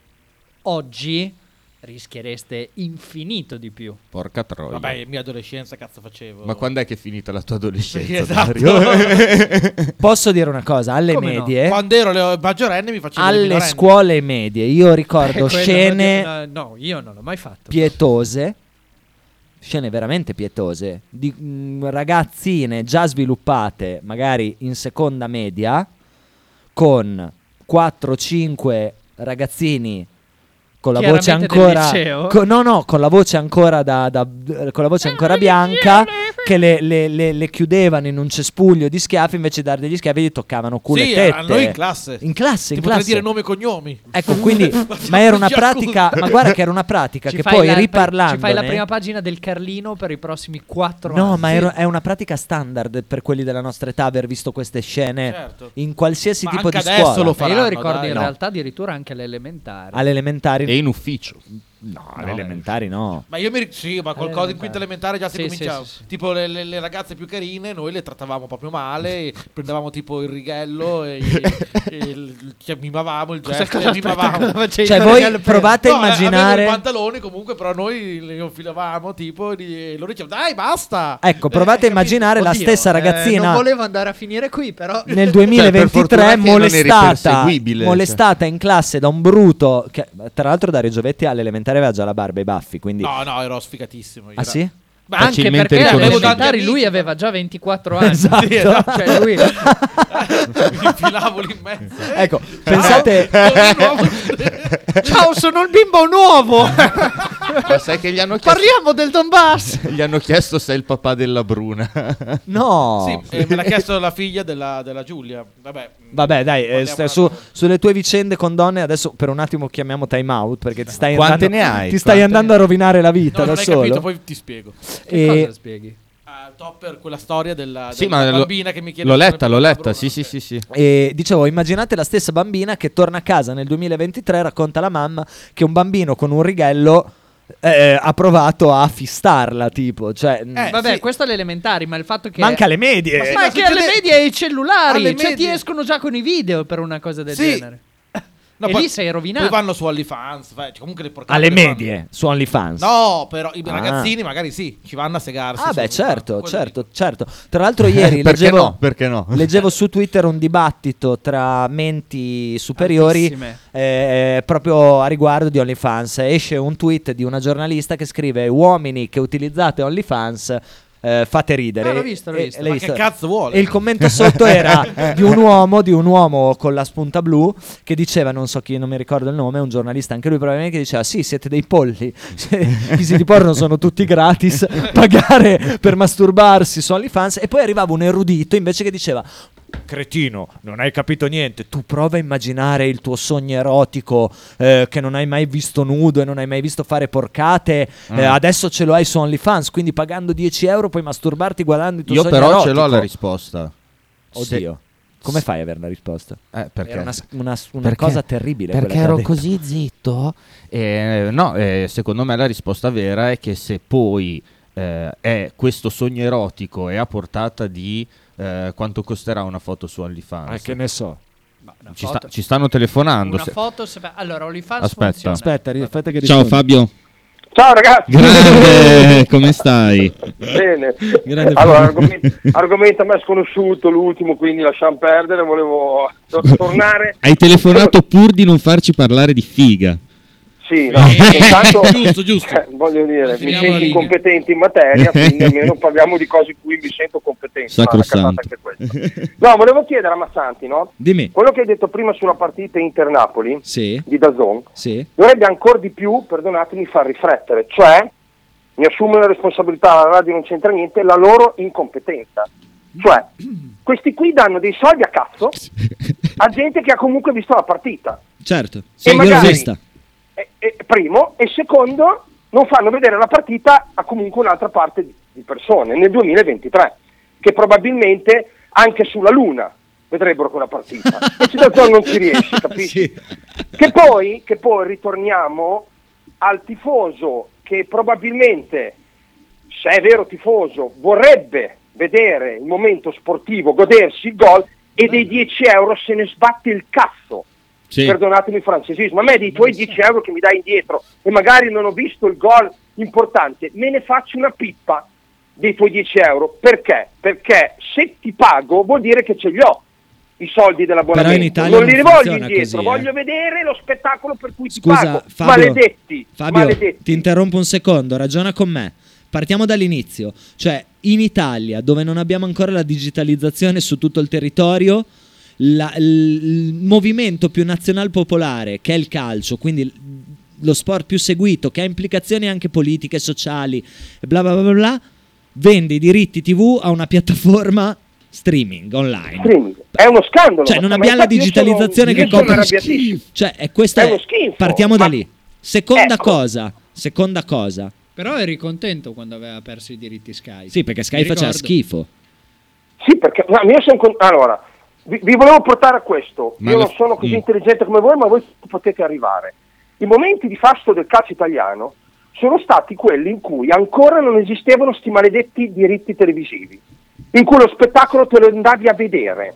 oggi, rischiereste infinito di più. Porca troia. Vabbè, mia adolescenza cazzo facevo. Ma quando è che è finita la tua adolescenza? Sì, esatto. Dario? Posso dire una cosa? Alle Come no? medie, Quando ero le- maggiorenne mi facevo le alle minorenni. scuole medie, io ricordo Eh, quello scene non- No, io non l'ho mai fatto. pietose, scene veramente pietose, di mm, ragazzine già sviluppate, magari in seconda media, con quattro cinque ragazzini con la voce Chiaramente del ancora liceo? co- no no con la voce ancora da, da- con la voce ancora bianca, che le, le- le- le chiudevano in un cespuglio di schiaffi, invece di dare degli schiaffi gli toccavano culo Sì, e tette. a noi in classe. in classe Ti in potrei classe dire nome e cognomi. ecco, quindi ma era una pratica, ma guarda che era una pratica Ci che fai poi la- riparlandone, Ci fai la prima pagina del Carlino per i prossimi quattro anni. no, ma Sì. era- è una pratica standard per quelli della nostra età aver visto queste scene Certo. in qualsiasi Ma tipo di anche adesso scuola. lo Ma io faranno, lo ricordo dai. in No. realtà addirittura anche alle elementari. alle elementari E in ufficio. no, alle elementari no. Ma io mi ric- sì, ma qualcosa in quinta elementare già si Sì, cominciava. sì, sì, sì. Tipo le, le- le ragazze più carine, noi le trattavamo proprio male, e prendevamo tipo il righello e, e il- cioè, mimavamo il Cosa- gesto, cosa e mimavamo. aspetta, cosa facevi Cioè con voi le provate a No, eh, avevano immaginare, i pantaloni comunque, però noi li infilavamo tipo e li- e loro dicevano dai basta. ecco, provate a Eh, immaginare la Oddio, stessa eh, ragazzina non volevo andare a finire qui, però. nel Cioè, per duemilaventitré fortuna che non eri molestata, perseguibile, cioè. molestata in classe da un bruto che tra l'altro Dario Giovetti all'elementare aveva già la barba e i baffi, quindi No, no, ero sfigatissimo. ah sì? Ma Anche Facilmente perché alle riconoscibile. elementari lui aveva già ventiquattro anni. Esatto. Sì, esatto. Cioè lui mi infilavo lì in mezzo. ecco, pensate ciao, sono il bimbo nuovo. Ma sai che gli hanno chiesto, Parliamo del Donbass. gli hanno chiesto se è il papà della Bruna. no. Sì, eh, me l'ha chiesto la figlia della, della Giulia. Vabbè, Vabbè, dai, eh, parliamo st- una su- cosa. sulle tue vicende con donne adesso per un attimo chiamiamo time out perché ti stai Quante andando, ne hai? ti stai Quante andando ne a rovinare la vita No, da non hai solo. capito, poi ti spiego. E- Cosa spieghi? Ah, Topper, quella storia della, Sì, della ma lo- bambina che mi chiede l'ho se letta, sono l'ho più letta, Bruna, sì, sì, ok. sì, sì. E dicevo, immaginate la stessa bambina che torna a casa nel duemilaventitré, racconta alla mamma che un bambino con un righello eh, ha provato a fistarla, tipo, cioè, Eh, vabbè, sì. questo alle elementari, ma il fatto che... Ma anche alle medie. Ma, Ma sì, ma ma anche succede- alle medie e ai cellulari, Alle cioè medie- ti escono già con i video per una cosa del Sì. genere. No, e poi- lì sei rovinato. Poi vanno su OnlyFans. fai- cioè, comunque le porcate Alle le fanno. medie, su OnlyFans. No, però i Ah. ragazzini magari sì, ci vanno a segarsi. Ah su- beh, certo, quello certo, certo. Tra l'altro ieri Perché leggevo, no? Perché no? leggevo su Twitter un dibattito tra menti superiori Altissime. eh, proprio a riguardo di OnlyFans. Esce un tweet di una giornalista che scrive: uomini che utilizzate OnlyFans, eh, fate ridere. Ah, l'ho visto, l'ho E- visto. l'hai Ma visto? che cazzo vuole? E il commento sotto era di un uomo, di un uomo con la spunta blu che diceva, non so chi, non mi ricordo il nome, un giornalista anche lui probabilmente, che diceva: sì, siete dei polli, i siti porno sono tutti gratis, pagare per masturbarsi su OnlyFans. E poi arrivava un erudito invece che diceva: cretino, non hai capito niente, tu prova a immaginare il tuo sogno erotico, eh, che non hai mai visto nudo e non hai mai visto fare porcate, eh, Ah. adesso ce lo hai su OnlyFans, quindi pagando dieci euro puoi masturbarti guardando il tuo Io sogno però erotico. ce l'ho la risposta. Oddio. Come fai a avere la risposta? Eh, perché? Era una, una- una Perché- cosa terribile. Perché quella che ha ero detto. così zitto. E, no, eh, secondo me la risposta vera è che se poi eh, è questo sogno erotico è a portata di eh, quanto costerà una foto su OnlyFans. Eh, che ne so. Ma una Ci, foto- sta- ci stanno telefonando. Una se- foto se fa- allora OnlyFans Aspetta. funziona. Aspetta, ri- aspetta che Ciao rispondo. Fabio. Ciao ragazzi. Grande, come stai? Bene. Grande Allora, Fabio. argomento, argomento a me sconosciuto, l'ultimo, quindi lasciamo perdere, volevo tornare. Hai telefonato pur di non farci parlare di figa. Sì, no, intanto Giusto, giusto. eh, voglio dire, mi Finiamo sento la linea. incompetente in materia, quindi almeno parliamo di cose in cui mi sento competente. No, una Sacrosanto. cazzata anche questa. No, volevo chiedere a Massanti, no? Dimmi. Quello che hai detto prima sulla partita Inter-Napoli Sì. di DAZN Sì. dovrebbe ancora di più, perdonatemi, far riflettere, cioè mi assumo la responsabilità, la radio non c'entra niente, la loro incompetenza. Cioè, questi qui danno dei soldi a cazzo a gente che ha comunque visto la partita. Certo. E Sì, io l'ho magari- vista. E- e- primo, e secondo, non fanno vedere la partita a comunque un'altra parte di, di persone nel duemilaventitré, che probabilmente anche sulla Luna vedrebbero quella partita. E ci non ci riesce, capisci? Che poi, che poi ritorniamo al tifoso che probabilmente, se è vero tifoso, vorrebbe vedere il momento sportivo, godersi il gol, e dei dieci euro se ne sbatte il cazzo. Sì. Perdonatemi il francesismo, a me dei tuoi dieci euro che mi dai indietro e magari non ho visto il gol importante, me ne faccio una pippa dei tuoi dieci euro. Perché? Perché se ti pago vuol dire che ce li ho i soldi dell'abbonamento. Però in Italia non li non voglio funziona indietro, così, eh. voglio vedere lo spettacolo per cui ti Scusa, pago. Fabio, Maledetti, Fabio, maledetti. ti interrompo un secondo, ragiona con me. Partiamo dall'inizio. Cioè, in Italia, dove non abbiamo ancora la digitalizzazione su tutto il territorio, la- il, il movimento più nazional popolare, che è il calcio, quindi il- lo sport più seguito, che ha implicazioni anche politiche, sociali, bla bla bla bla, bla, vende i diritti tivù a una piattaforma streaming online. Streaming. È uno scandalo. Cioè, non ma abbiamo la infatti io sono- digitalizzazione io che sono copre arrabbiatissimo. Cioè, è questa È è- uno schifo, partiamo da ma- lì. Seconda Ecco. cosa, seconda cosa. Però eri contento quando aveva perso i diritti Sky. Sì, perché Sky Mi faceva ricordo. schifo. Sì, perché no, io sono con- allora, vi, vi volevo portare a questo. Ma io la- non sono così mm. intelligente come voi, ma voi potete arrivare. I momenti di fasto del calcio italiano sono stati quelli in cui ancora non esistevano sti maledetti diritti televisivi, in cui lo spettacolo te lo andavi a vedere.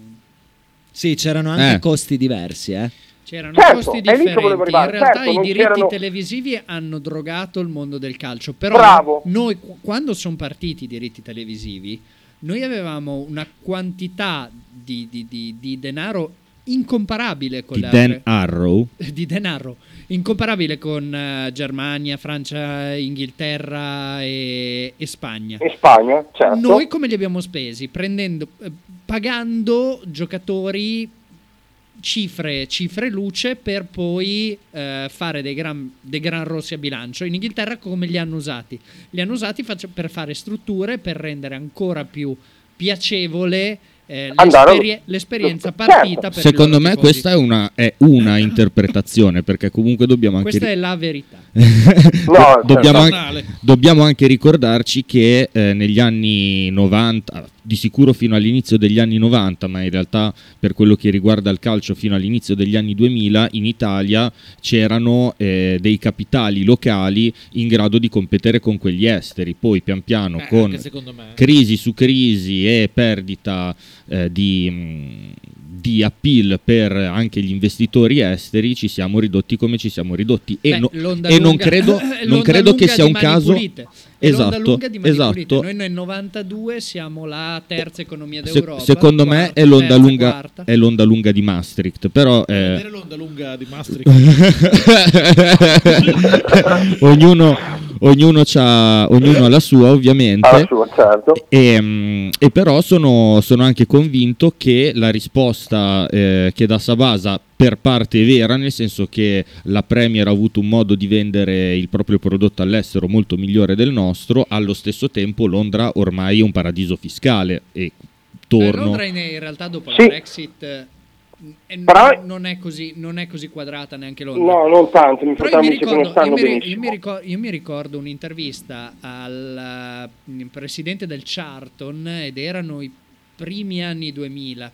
Sì, c'erano anche Eh. costi diversi, eh. C'erano Certo, costi è lì che volevo differenti. In arrivare. realtà Certo, i non diritti c'erano- televisivi hanno drogato il mondo del calcio. Però Bravo. noi, qu- quando sono partiti i diritti televisivi, noi avevamo una quantità di, di- di- di denaro incomparabile con Di le Dan altre- Arrow. di denaro incomparabile con eh, Germania, Francia, Inghilterra e, e Spagna. In Spagna, certo. Noi come li abbiamo spesi? Prendendo, eh, pagando giocatori cifre, cifre luce per poi eh, fare dei gran, dei gran rossi a bilancio. In Inghilterra come li hanno usati? Li hanno usati faccio- per fare strutture, per rendere ancora più piacevole eh, Andare- l'esperie- l'esperienza partita. Per i Secondo loro me tifosi. questa è una, è una interpretazione, perché comunque dobbiamo anche Questa ri- è la verità. No, dobbiamo, certo. anche, dobbiamo anche ricordarci che eh, negli anni novanta, di sicuro fino all'inizio degli anni novanta, ma in realtà per quello che riguarda il calcio fino all'inizio degli anni duemila, in Italia c'erano eh, dei capitali locali in grado di competere con quegli esteri. Poi pian piano, Eh, con anche secondo me. crisi su crisi e perdita eh, di, mh, di appeal per anche gli investitori esteri, ci siamo ridotti come ci siamo ridotti. E, Beh, no- l'onda e non lunga- credo, l'onda non credo che lunga sia di un Mani caso... Pulite. È l'onda Esatto, lunga di Mani Pulite. esatto. Noi nel novantadue siamo la terza economia Se- d'Europa. secondo me quarta, è l'onda, terza, lunga, quarta. è l'onda lunga di Maastricht, però eh, Vedere l'onda lunga di Maastricht. ognuno, ognuno, c'ha, ognuno ha la sua, ovviamente. Ha la sua, certo. E, mm, e però sono, sono anche convinto che la risposta eh, che dà Sabasa per parte è vera, nel senso che la Premier ha avuto un modo di vendere il proprio prodotto all'estero molto migliore del nostro. Allo stesso tempo Londra ormai è un paradiso fiscale e Eh, torno... Londra in, in realtà dopo Sì. la Brexit eh, n- Però- non, è così, non è così quadrata neanche Londra. No, non tanto, mi Però fratello io mi mi, dice che non ricordo, io, stanno mi, ri- io, benissimo. mi ricordo, io mi ricordo un'intervista al eh, presidente del Charlton, ed erano i primi anni duemila,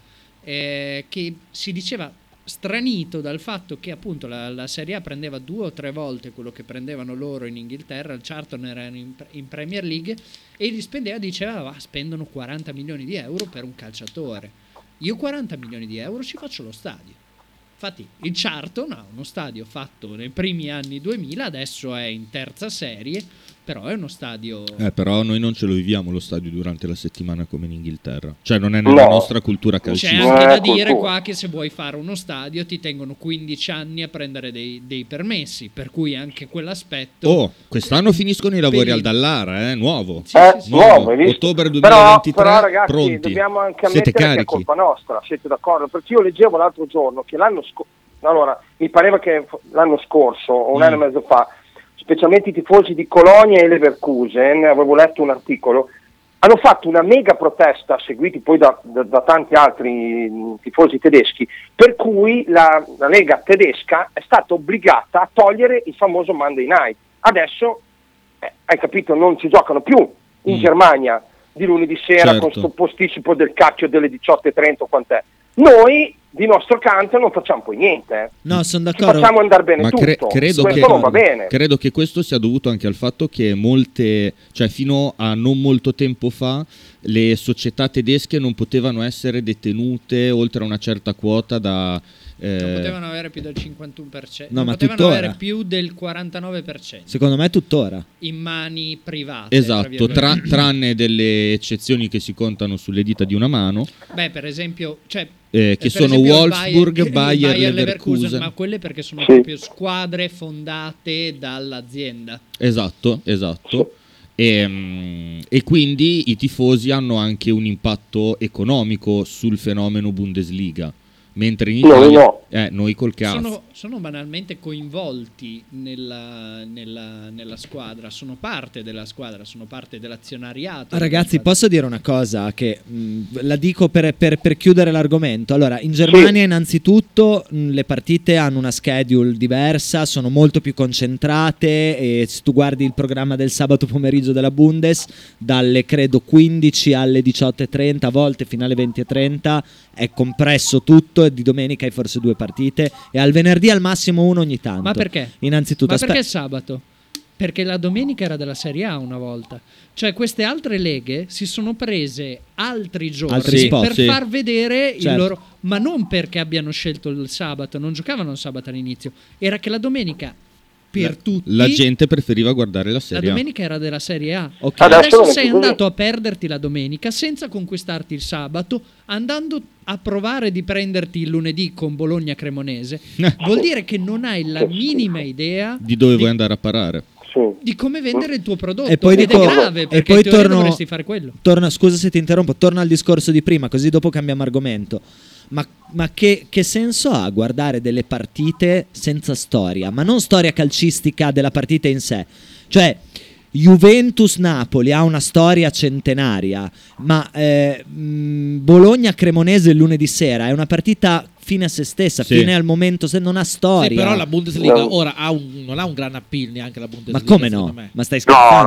eh, che si diceva stranito dal fatto che appunto la, la Serie A prendeva due o tre volte quello che prendevano loro in Inghilterra. Il Charlton era in, in Premier League e li spendeva, diceva, va, spendono quaranta milioni di euro per un calciatore. Io quaranta milioni di euro ci faccio lo stadio. Infatti il Charlton ha uno stadio fatto nei primi anni duemila, adesso è in terza serie, però è uno stadio... Eh, però noi non ce lo viviamo lo stadio durante la settimana come in Inghilterra. Cioè non è nella No. nostra cultura C'è calcistica. anche da Eh, dire cultura. qua che se vuoi fare uno stadio ti tengono quindici anni a prendere dei, dei permessi, per cui anche quell'aspetto... Oh, quest'anno finiscono i lavori Pelino. al Dallara, eh, nuovo. Sì, Eh, sì, sì. nuovo, hai visto? Ottobre Però, duemilaventitré, però ragazzi, pronti. dobbiamo anche Siete ammettere che è carichi. colpa nostra, siete d'accordo? Perché io leggevo l'altro giorno che l'anno scorso, allora, mi pareva che f- l'anno scorso, o un Mm. anno e mezzo fa, specialmente i tifosi di Colonia e Leverkusen, avevo letto un articolo, hanno fatto una mega protesta, seguiti poi da, da- da tanti altri mh, tifosi tedeschi, per cui la, la Lega tedesca è stata obbligata a togliere il famoso Monday Night. Adesso, eh, hai capito, non ci giocano più in Mm. Germania di lunedì sera Certo. con sto posticipo del cacchio delle diciotto e trenta o quant'è. Noi di nostro canto non facciamo poi niente. eh. No, sono Ci d'accordo. facciamo andare bene Ma tutto. cre- credo, Questo che, non va bene. credo che questo sia dovuto anche al fatto che molte, cioè fino a non molto tempo fa, le società tedesche non potevano essere detenute oltre a una certa quota da... eh, Non potevano avere più del cinquantuno per cento, No, non ma potevano tuttora. avere più del quarantanove per cento Secondo me tuttora. in mani private. tra Esatto, tra- virgolette. tranne delle eccezioni che si contano sulle dita di una mano. Beh, per esempio, cioè, Eh, che per sono esempio il Wolfsburg, il Bayer, Leverkusen. ma quelle perché sono Sì. proprio squadre fondate dall'azienda. Esatto, esatto. E, mm, e quindi i tifosi hanno anche un impatto economico sul fenomeno Bundesliga. Mentre in Noi Italia no. eh, noi col cazzo. Sono, sono banalmente coinvolti nella, nella, nella squadra, sono parte della squadra, sono parte dell'azionariato. Ragazzi, posso dire una cosa che mh, la dico per, per- per chiudere l'argomento. Allora, in Germania innanzitutto mh, le partite hanno una schedule diversa, sono molto più concentrate e se tu guardi il programma del sabato pomeriggio della Bundes, dalle credo quindici alle diciotto e trenta, a volte fino alle venti e trenta, è compresso tutto e di domenica hai forse due partite e al venerdì al massimo uno ogni tanto. Ma perché? Innanzitutto, Ma aspe- perché sabato? Perché la domenica era della Serie A una volta. Cioè queste altre leghe si sono prese altri giorni Altri spot, per sì. far vedere il Certo. loro... Ma non perché abbiano scelto il sabato, non giocavano il sabato all'inizio. Era che la domenica per la, tutti... la gente preferiva guardare la La serie A. domenica era della Serie A. Ok. Adesso Adesso non è sei più così. andato a perderti la domenica senza conquistarti il sabato, andando a provare di prenderti il lunedì con Bologna Cremonese. Vuol dire che non hai la minima idea Di dove vuoi andare a parare? di come vendere il tuo prodotto. E poi Ed dico- è grave e perché poi in teoria torno- dovresti fare quello. Torna, scusa se ti interrompo, torna al discorso di prima, così dopo cambiamo argomento. Ma, ma che, che senso ha guardare delle partite senza storia? Ma non storia calcistica della partita in sé. Cioè, Juventus-Napoli ha una storia centenaria, ma eh, mh, Bologna-Cremonese il lunedì sera è una partita fine a se stessa, Sì. fine al momento, se non ha storia. Sì, però la Bundesliga No. ora ha un- non ha un gran appeal neanche la Bundesliga. Ma come secondo no? me. Ma stai scherzando?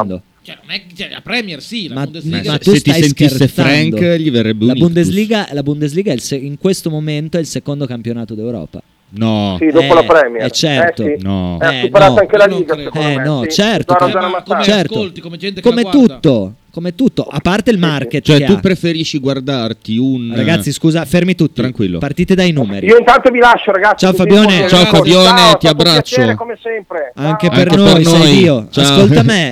Cioè, non è, cioè, la Premier sì, la Ma, Bundesliga ma sì. tu se ti stai sentisse scherzando. Frank, gli verrebbe un la ictus. Bundesliga, la Bundesliga è il se- in questo momento è il secondo campionato d'Europa. No. Sì, dopo Eh, la Premier. eh, certo. Eh, sì. No. Eh, ha Eh, superato no. anche la Io non Liga, credo. secondo Eh me. no, sì. certo, Ha che- ragione ma Massaro. come certo. ascolti, come gente che Come la guarda. tutto, come tutto, a parte il market Cioè che tu ha. preferisci guardarti un Ragazzi, scusa, fermi tutti. Tranquillo. Partite dai numeri. Io intanto vi lascio, ragazzi. Ciao, così Fabione. posso- Ciao, Fabione, Ciao, ti è stato un abbraccio. piacere, come sempre. Anche Ciao. per Anche noi, per sei noi. Dio. Ciao. Ascolta me,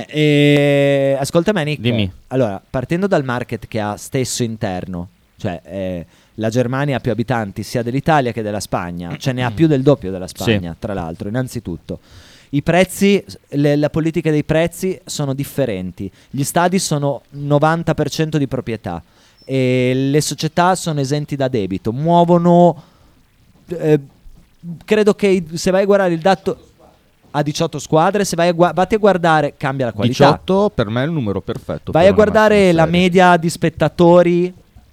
eh, ascolta me, Nick. Dimmi. Allora, partendo dal market che ha stesso interno, cioè eh, la Germania ha più abitanti sia dell'Italia che della Spagna, cioè ne ha più del doppio della Spagna, Sì. tra l'altro, innanzitutto. I prezzi, le- la politica dei prezzi sono differenti. Gli stadi sono novanta per cento di proprietà e le società sono esenti da debito, muovono eh, credo che i- se vai a guardare il dato a diciotto squadre, se vai a, gua- vatti a guardare, cambia la qualità. diciotto per me è il numero perfetto. Vai per a una guardare massima la serie. media di spettatori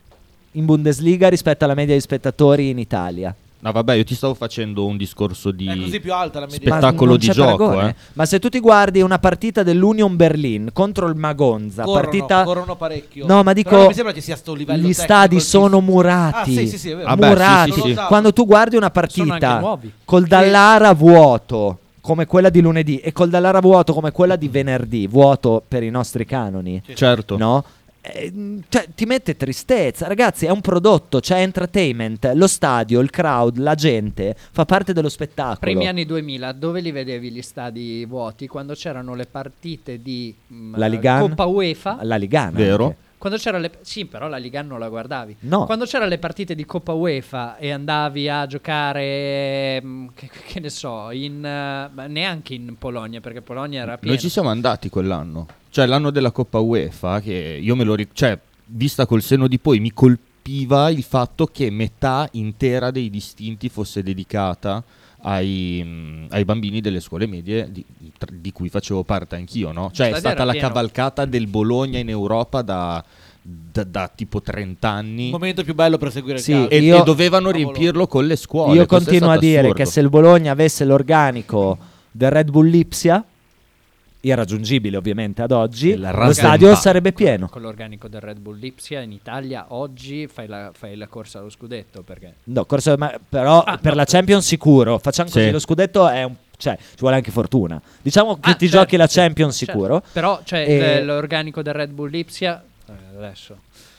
in Bundesliga rispetto alla media di spettatori in Italia. No, vabbè, io ti stavo facendo un discorso di È così più alta la media. spettacolo non di c'è gioco, paragone. eh. Ma se tu ti guardi una partita dell'Union Berlin contro il Magonza, Corrono, partita corrono parecchio. No, ma Però dico non mi sembra ci sia sto livello gli tecnico stadi altissimo. sono murati. Ah, sì, sì, sì, è vero. Vabbè, murati. sì, sì, sì. Quando tu guardi una Sono anche partita nuovi. col Dallara vuoto come quella di lunedì e col Dallara vuoto come quella di venerdì, vuoto per i nostri canoni, Certo. no? Eh, cioè, ti mette tristezza, ragazzi. È un prodotto, c'è entertainment. Lo stadio, il crowd, la gente fa parte dello spettacolo. Primi anni duemila, dove li vedevi gli stadi vuoti? Quando c'erano le partite di mh, La Ligan, Coppa UEFA. la Ligan, Vero? anche. Quando c'era le sì, però la Liga non la guardavi. No. Quando c'erano le partite di Coppa UEFA e andavi a giocare mh, che, che ne so, in eh, ma neanche in Polonia, perché Polonia era piena. Noi ci siamo andati quell'anno. Cioè l'anno della Coppa UEFA, che io me lo ricordo, cioè vista col senno di poi mi colpiva il fatto che metà intera dei distinti fosse dedicata ai, mh, ai bambini delle scuole medie di, tra- di cui facevo parte anch'io, no? Cioè è Stadio stata era la pieno. cavalcata del Bologna in Europa da, da, da tipo trenta anni. Il momento più bello per seguire il Sì, calcio. E, io- e dovevano riempirlo con le scuole. Io Questo è continuo a stato dire assurdo. che se il Bologna avesse l'organico del Red Bull Lipsia, irraggiungibile ovviamente ad oggi, Il lo Rasenbach. stadio sarebbe pieno. Con l'organico del Red Bull Lipsia in Italia oggi fai la, fai la corsa allo scudetto, perché No, corso- ma- però Ah, per no. la Champions sicuro. Facciamo così, Sì. lo scudetto è un... Cioè, ci vuole anche fortuna. Diciamo che Ah, ti certo, giochi la certo, Champions certo. sicuro. Però cioè, E- il- l'organico del Red Bull Lipsia eh, adesso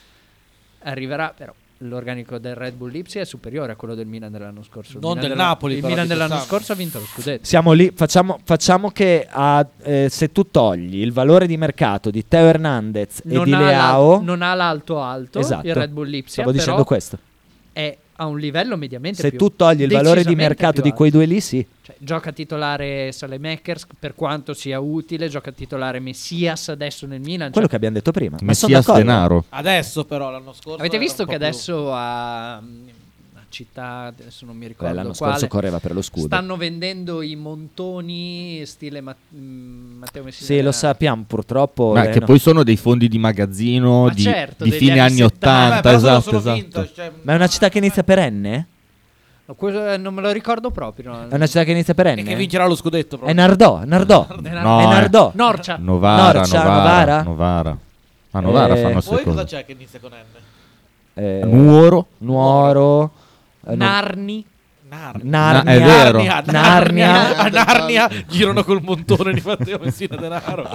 arriverà, però l'organico del Red Bull Lipsia è superiore a quello del Milan dell'anno scorso. Il Non Milan del della- Napoli, Il però, Milan di dell'anno quest'anno. scorso ha vinto lo scudetto. Siamo lì, facciamo, facciamo che a- eh, se tu togli il valore di mercato di Teo Hernandez e Non di ha, Leao, l'al- non ha l'alto alto esatto, il Red Bull Lipsia, stavo dicendo però questo. è a un livello mediamente Se più tu togli il valore di decisamente mercato più di alto. quei due lì, sì. Cioè, gioca titolare Saelemaekers, per quanto sia utile, gioca titolare Messias adesso nel Milan. Quello cioè- che abbiamo detto prima. Ma sono Messias d'accordo. Denaro. Adesso però l'anno scorso Avete era visto un po' che più- adesso a una città, adesso non mi Beh, ricordo l'anno quale, scorso correva per lo scudo. stanno vendendo i montoni stile Ma- mm, Matteo Messina Sì, lo Denaro. sappiamo purtroppo. Ma eh, che no. poi sono dei fondi di magazzino Ma di, certo, di degli fine anni anni settanta. Vabbè, ottanta. però quello Esatto, sono esatto. vintage, cioè- Ma è una città che inizia per N? No, quello, eh, non me lo ricordo proprio. no. È una città che inizia per N? E che vincerà lo scudetto È proprio. Nardò, Nardò. No, è eh. Nardò. Norcia. Novara, Norcia, Novara, Novara? Novara. A Novara Eh, fanno Poi secondo. cosa c'è che inizia con N? Eh, Nuoro. Nuoro. eh, no- Narni. Narnia. Narnia. Na- è vero. Narnia, Narnia. Narnia. A Narnia girano col montone di Matteo Messina Denaro.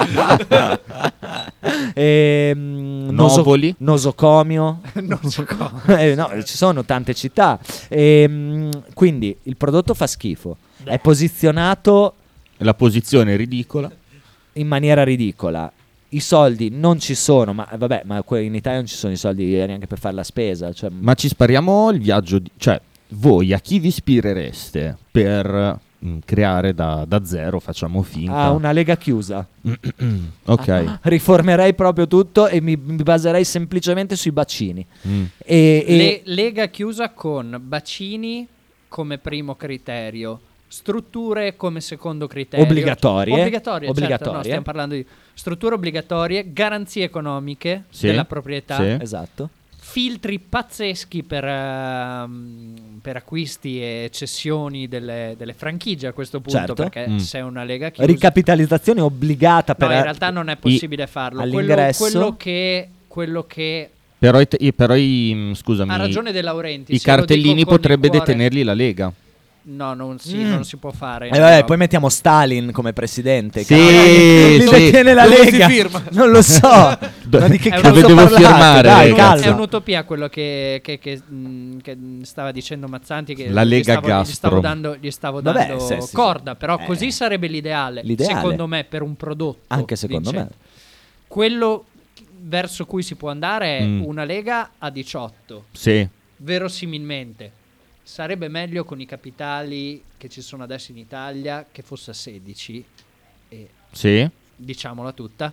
Ehm, noso- Novoli. Nosocomio. Nosocomio. Eh, no, ci sono tante città. Ehm, quindi il prodotto fa schifo. È posizionato La posizione è ridicola. in maniera ridicola. I soldi non ci sono, ma eh, vabbè, ma que- in Italia non ci sono i soldi eh, neanche per fare la spesa. Cioè, Ma ci spariamo il viaggio di... Cioè, voi a chi vi ispirereste per mm, creare da, da zero, facciamo finta. ha una lega chiusa. Ok. Riformerei proprio tutto e mi, mi baserei semplicemente sui bacini. Mm. E, e- Le- Lega chiusa con bacini come primo criterio, strutture come secondo criterio. Obbligatorie. Obbligatorie, certo, Obbligatorie. no, stiamo parlando di strutture obbligatorie, garanzie economiche Sì, della proprietà, sì. esatto. filtri pazzeschi per, ehm, per acquisti e cessioni delle, delle franchigie a questo punto, Certo. perché Mm. se è una lega chiusa... Ricapitalizzazione obbligata per No, in realtà non è possibile i- farlo. Quello, all'ingresso. quello che... Quello che Però, i, te- i- però i, mh, scusami, Ha ragione De Laurenti, i se lo cartellini dico con il potrebbe cuore- detenerli la Lega. No, non si, Mm. non si può fare. E vabbè, poi mettiamo Stalin come presidente. Sì, che li sì. detiene la Dove si Lega. firma? Non lo so. Do- Ma di che È cazzo dove devo parlate? firmare? Dai, È calma. È un'utopia quello che, che, che, mh, che stava dicendo Mazzanti, che La gli Lega stavo, gli Gastro. stavo dando, gli stavo Vabbè, dando sì, sì, corda, sì. però Eh. così sarebbe l'ideale, L'ideale. secondo me, per un prodotto. Anche secondo vincente. me. Quello verso cui si può andare è Mm. una Lega a diciotto. Sì. Verosimilmente sarebbe meglio con i capitali che ci sono adesso in Italia che fosse a sedici e Sì. diciamola tutta,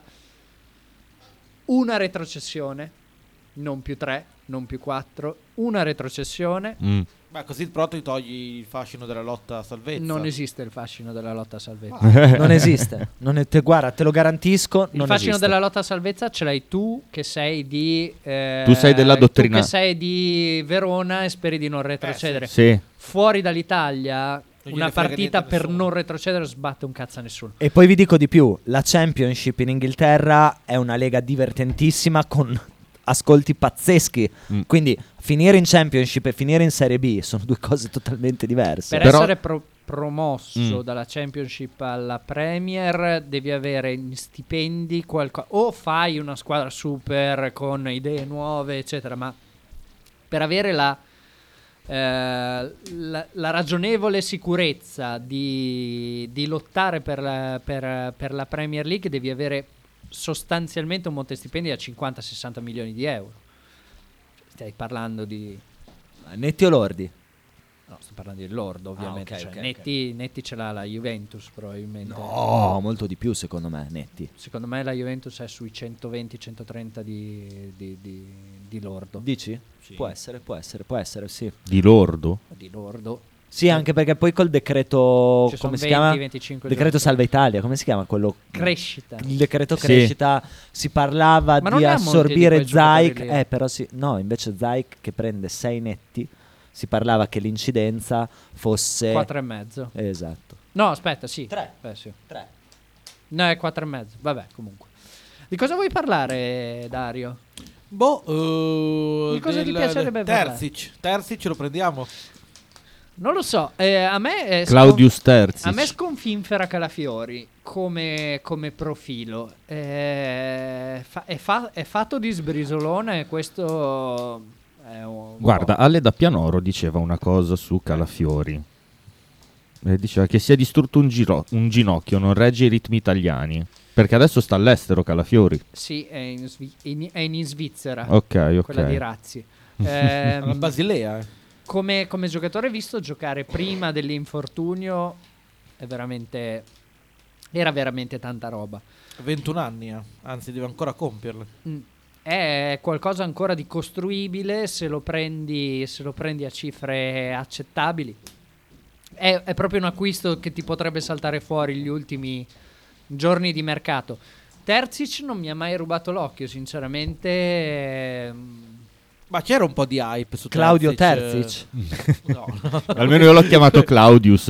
una retrocessione, non più tre, non più quattro, una retrocessione. Mm. Ma così però ti togli il fascino della lotta a salvezza. Non esiste il fascino della lotta a salvezza. Non esiste. Non è- te, guarda, te lo garantisco. Il non fascino esiste. della lotta a salvezza ce l'hai tu che sei di eh, Tu sei della dottrina. tu che sei di Verona e speri di non retrocedere. Sì. Fuori dall'Italia gliene una frega partita niente a per nessuno. non retrocedere sbatte un cazzo a nessuno. E poi vi dico di più: la Championship in Inghilterra è una lega divertentissima con ascolti pazzeschi. Mm. Quindi finire in Championship e finire in Serie B sono due cose totalmente diverse. Per Però- essere pro- promosso Mm. dalla Championship alla Premier devi avere in stipendi qualcosa, o fai una squadra super con idee nuove eccetera, ma per avere la, eh, la, la ragionevole sicurezza di, di lottare per la, per, per la Premier League devi avere sostanzialmente un montestipendi da cinquanta sessanta milioni di euro. Stai parlando di... Netti o lordi? No, sto parlando di lordo ovviamente. ok, cioè, ok, netti, netti ce l'ha la Juventus probabilmente. No, molto di più secondo me, netti. Secondo me la Juventus è sui centoventi centotrenta di, di, di, di lordo. Dici? Può essere, può essere, può essere, sì. Di lordo? Di lordo. Sì, anche perché poi col decreto, Ci come sono si venti, chiama? venticinque Decreto giocatori. Salva Italia, come si chiama quello? Crescita. Il decreto Sì. crescita, si parlava Ma non di ne ha molti di assorbire quei giocatori Zaik, lì. eh però sì, no, invece Zaik che prende sei netti, si parlava che l'incidenza fosse Quattro e mezzo. Esatto. No, aspetta, sì. Tre. Eh, sì. Tre. No, è quattro e mezzo. Vabbè, comunque. Di cosa vuoi parlare, Dario? Boh, eh, Di cosa ti del- piacerebbe Terzic. Terzic lo prendiamo. Non lo so, eh, a me è Claudius Terzic. A me sconfinfera Calafiori come, come profilo. Eh, fa- è, fa- è fatto di sbrisolone e questo è un Guarda, Ale da Pianoro diceva una cosa su Calafiori. Eh, diceva che si è distrutto un, giro- un ginocchio, non regge i ritmi italiani. Perché adesso sta all'estero Calafiori. Sì, è in, Svi- in- è in Svizzera. Ok, ok. Quella di Razzi. Ehm, Alla Basilea. eh. come, come giocatore visto giocare prima dell'infortunio è veramente era veramente tanta roba. ventuno anni, eh. Anzi deve ancora compierle. Mm. È qualcosa ancora di costruibile se lo prendi, se lo prendi a cifre accettabili. È, è proprio un acquisto che ti potrebbe saltare fuori gli ultimi giorni di mercato. Terzic non mi ha mai rubato l'occhio, sinceramente. ehm, Ma c'era un po' di hype su Claudio Terzic. Terzic. eh, no, no. Almeno io l'ho chiamato Claudius.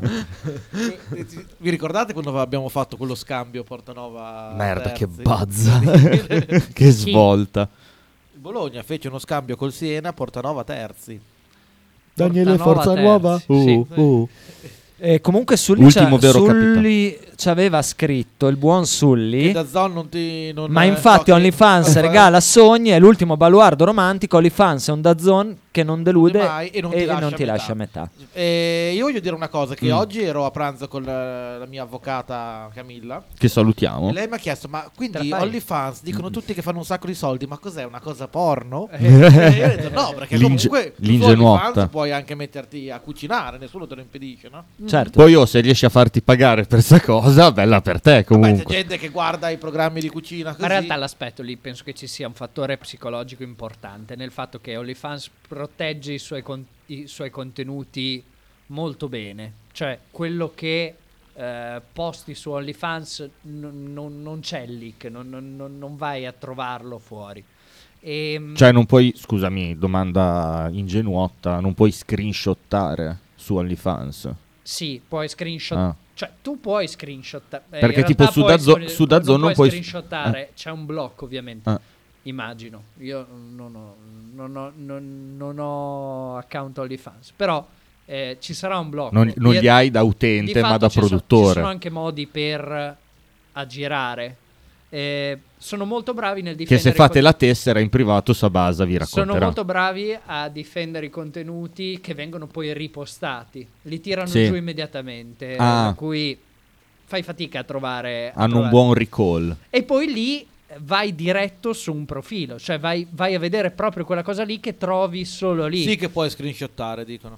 Vi ricordate quando abbiamo fatto quello scambio Portanova? Merda, che Terzi? bazza. Che svolta. Il Bologna fece uno scambio col Siena Portanova Terzi. Daniele Portanova Forza Terzi. Nuova. Uh, Sì. uh. E comunque Sully, Ultimo c'ha- vero Sully ci aveva scritto il buon Sully. Che da Zon non ti... non- Ma eh, infatti no, che- OnlyFans eh, regala sogni, è l'ultimo baluardo romantico. OnlyFans è un DAZN che non delude mai e non ti lascia a metà. lascia a metà. Eh, io voglio dire una cosa, che Mm. oggi ero a pranzo con la, la mia avvocata Camilla. Che salutiamo. E lei mi ha chiesto, ma Te quindi la fai? OnlyFans dicono Mm. tutti che fanno un sacco di soldi, ma cos'è, una cosa porno? Eh. E io ho detto no, perché L'inge- comunque su l'ingenuotta. OnlyFans puoi anche metterti a cucinare, nessuno te lo impedisce, no? Certo. Poi oh, se riesci a farti pagare per sta cosa, bella per te Beh, c'è comunque. gente che guarda i programmi di cucina così. Ma in realtà l'aspetto lì penso che ci sia un fattore psicologico importante nel fatto che OnlyFans protegge i suoi, con- i suoi contenuti molto bene. Cioè quello che eh, posti su OnlyFans non, non, non c'è il leak, non, non- non- non vai a trovarlo fuori. E, Cioè non puoi, scusami, domanda ingenuotta, non puoi screenshottare su OnlyFans? Sì, puoi screenshot. Ah. Cioè, tu puoi screenshot. eh, Perché in tipo realtà su puoi Dazon- screen- su Dazon non puoi- screenshottare. eh. C'è un blocco, ovviamente. Ah. Immagino. Io non ho, non ho, non, non ho account OnlyFans. Però eh, ci sarà un blocco. Non, non Di- li hai da utente, di ma fatto da ci sono- produttore. ci sono anche modi per aggirare. Eh, sono molto bravi nel Che difendere se fate i la tessera in privato, Sabasa vi racconterà. sono molto bravi a difendere i contenuti che vengono poi ripostati. Li tirano Sì. giù immediatamente. Ah. Per cui fai fatica a trovare. a Hanno un trovare. buon recall. E poi lì vai diretto su un profilo. Cioè vai, vai a vedere proprio quella cosa lì che trovi solo lì. Sì, che puoi screenshottare, dicono.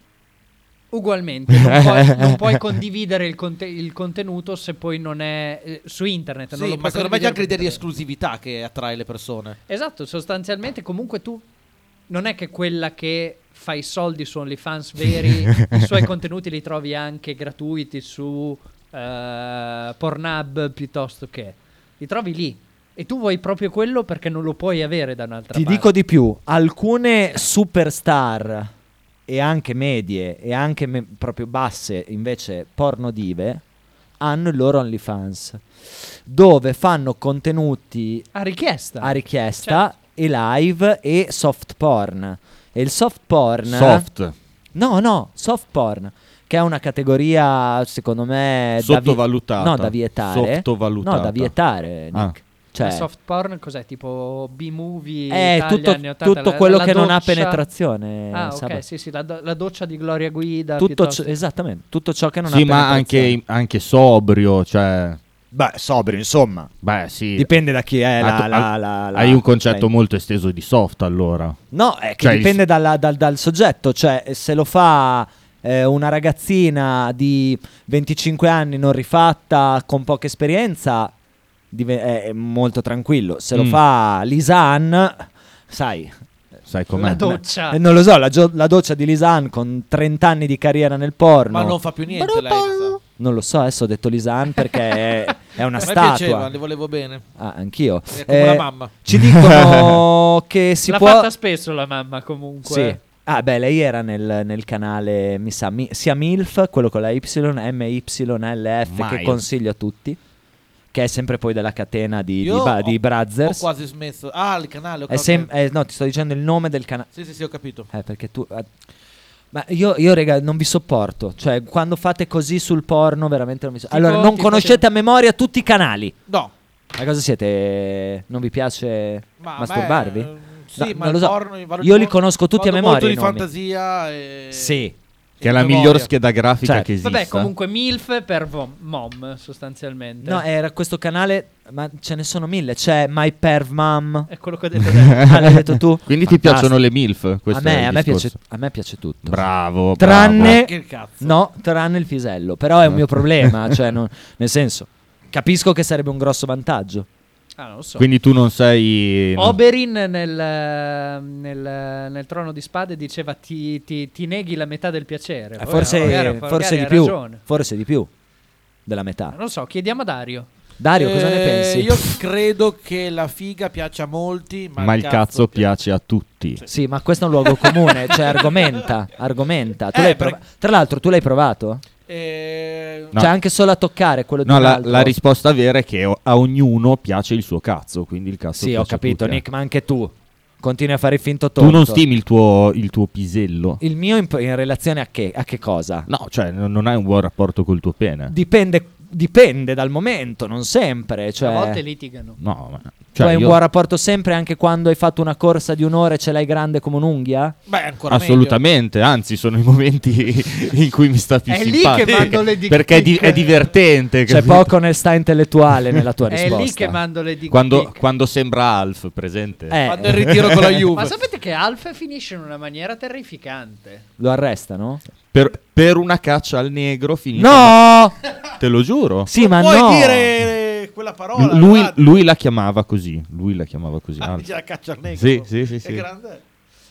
Ugualmente, non puoi, non puoi condividere il, conte- il contenuto se poi non è eh, su internet. non Sì, lo ma puoi secondo me c'è anche condividere l'idea di esclusività che attrae le persone. Esatto, sostanzialmente comunque tu non è che quella che fa i soldi su OnlyFans veri, i suoi contenuti li trovi anche gratuiti su eh, Pornhub piuttosto che. Li trovi lì. E tu vuoi proprio quello perché non lo puoi avere da un'altra Ti parte. dico di più, alcune superstar e anche medie e anche me- proprio basse invece porno dive hanno il loro OnlyFans dove fanno contenuti a richiesta, a richiesta e live e soft porn. E il soft porn Soft. No, no, soft porn, che è una categoria secondo me da vi- Sottovalutata. no, da vietare. Sottovalutata. No, da vietare, Nick. Ah. Cioè, Ma soft porn cos'è? Tipo B-movie è Italia, tutto, anni ottanta, tutto la- quello la che non ha doccia- penetrazione. Ah, ok, Saba. sì, sì, la, do- la doccia di Gloria Guida. Tutto piuttosto- ciò- esattamente, tutto ciò che non Sì, ha ma penetrazione. anche, anche sobrio, cioè... Beh, sobrio, insomma. Beh, sì. Dipende da chi è Ah, la, tu- la- ah, la- la- Hai un concetto la- molto esteso di soft, allora. No, è che Cioè, il- dipende dalla- dal, dal soggetto. Cioè, se lo fa eh, una ragazzina di venticinque anni non rifatta, con poca esperienza, dive- è, è molto tranquillo. Se lo Mm. fa Lisanne, sai... Sai com'è? La doccia. Eh, non lo so, la, gio- la doccia di Lisanne con trenta anni di carriera nel porno. Ma non fa più niente lei. mi sa. Non lo so, adesso ho detto Lisanne perché è, è una A me statua. piaceva, le volevo bene. Ah, anch'io. È come la mamma. Ci dicono che si L'ha può... fatta spesso la mamma comunque. Sì. Ah, beh, lei era nel, nel canale, mi sa, mi- sia MILF, quello con la Y, M Y L F, che Miles. consiglio a tutti, che è sempre poi della catena di, di, Io ba- ho- di Brothers. Ho quasi smesso. Ah, il canale. ho È capito. sem- eh, no, ti sto dicendo il nome del canale. Sì, sì, sì, ho capito. Eh, perché tu... eh, ma io, io, raga, non vi sopporto. Cioè, quando fate così sul porno, veramente non vi so- Tipo- Allora, non tipo conoscete che- a memoria tutti i canali. No. Ma cosa siete? Non vi piace Ma a masturbarvi? me, eh, sì, No, ma non lo il so. porno- vado Io li molto- conosco tutti a vado memoria. molto i di nomi. fantasia e... Sì. Che è la memoria. miglior scheda grafica Certo. che esista. Vabbè, comunque MILF per vo- mom, sostanzialmente. No, era questo canale, ma ce ne sono mille. C'è My Perv Mom. È quello che ho detto adesso. Ah, l'hai detto tu? Quindi ti Fantastico. piacciono le MILF? A Questo è me, il a, me discorso. piace, a me piace tutto. Bravo, Tranne, Che cazzo. no, tranne il fisello. Però è un mio problema. Cioè, non- nel senso, capisco che sarebbe un grosso vantaggio. Ah, non lo so. Quindi tu non sei... no. Oberyn nel, nel, nel Trono di Spade diceva ti, ti, ti neghi la metà del piacere. Eh, Poi, forse magari- forse magari di ha più. ragione. Forse di più della metà. Non lo so, chiediamo a Dario. Dario, cosa ne Eh, pensi? Io credo che la figa piaccia a molti, ma, Ma il cazzo piace a tutti. Sì, ma questo è un luogo comune. Cioè, argomenta. Argomenta. Tu Eh, l'hai per- prova- Tra l'altro, tu l'hai provato? Eh, No. Cioè, anche solo a toccare quello di No, un la, altro. la risposta vera è che o- a ognuno piace il suo cazzo, quindi il cazzo Sì, ho piace a capito, tutti, eh. Nick, ma anche tu continui a fare il finto Tu tonto. non stimi il tuo, il tuo pisello? Il mio in, in relazione a che? A che cosa? No, cioè non non hai un buon rapporto col tuo pene. Dipende, dipende dal momento, non sempre. Cioè, A volte litigano. No, ma... tu Cioè, hai un io- buon rapporto sempre anche quando hai fatto una corsa di un'ora e ce l'hai grande come un'unghia? Beh, ancora Assolutamente, anzi sono i momenti in cui mi sta più È lì che simpatico. mando le dick Perché è, di- pic. è divertente. C'è capito? poco onestà intellettuale nella tua È risposta. lì che mando le dick Quando, pic. quando sembra Alf, presente? Eh, Quando è il ritiro con la Juve. Ma sapete che Alf finisce in una maniera terrificante? Lo arrestano? Per, per una caccia al negro finita. No! Te lo giuro. Sì, ma Puoi no! dire quella parola? L- lui, guarda. lui la chiamava così. Lui la chiamava così. Ah, Alf. dice la caccia al negro. Sì, sì, sì, È sì. grande.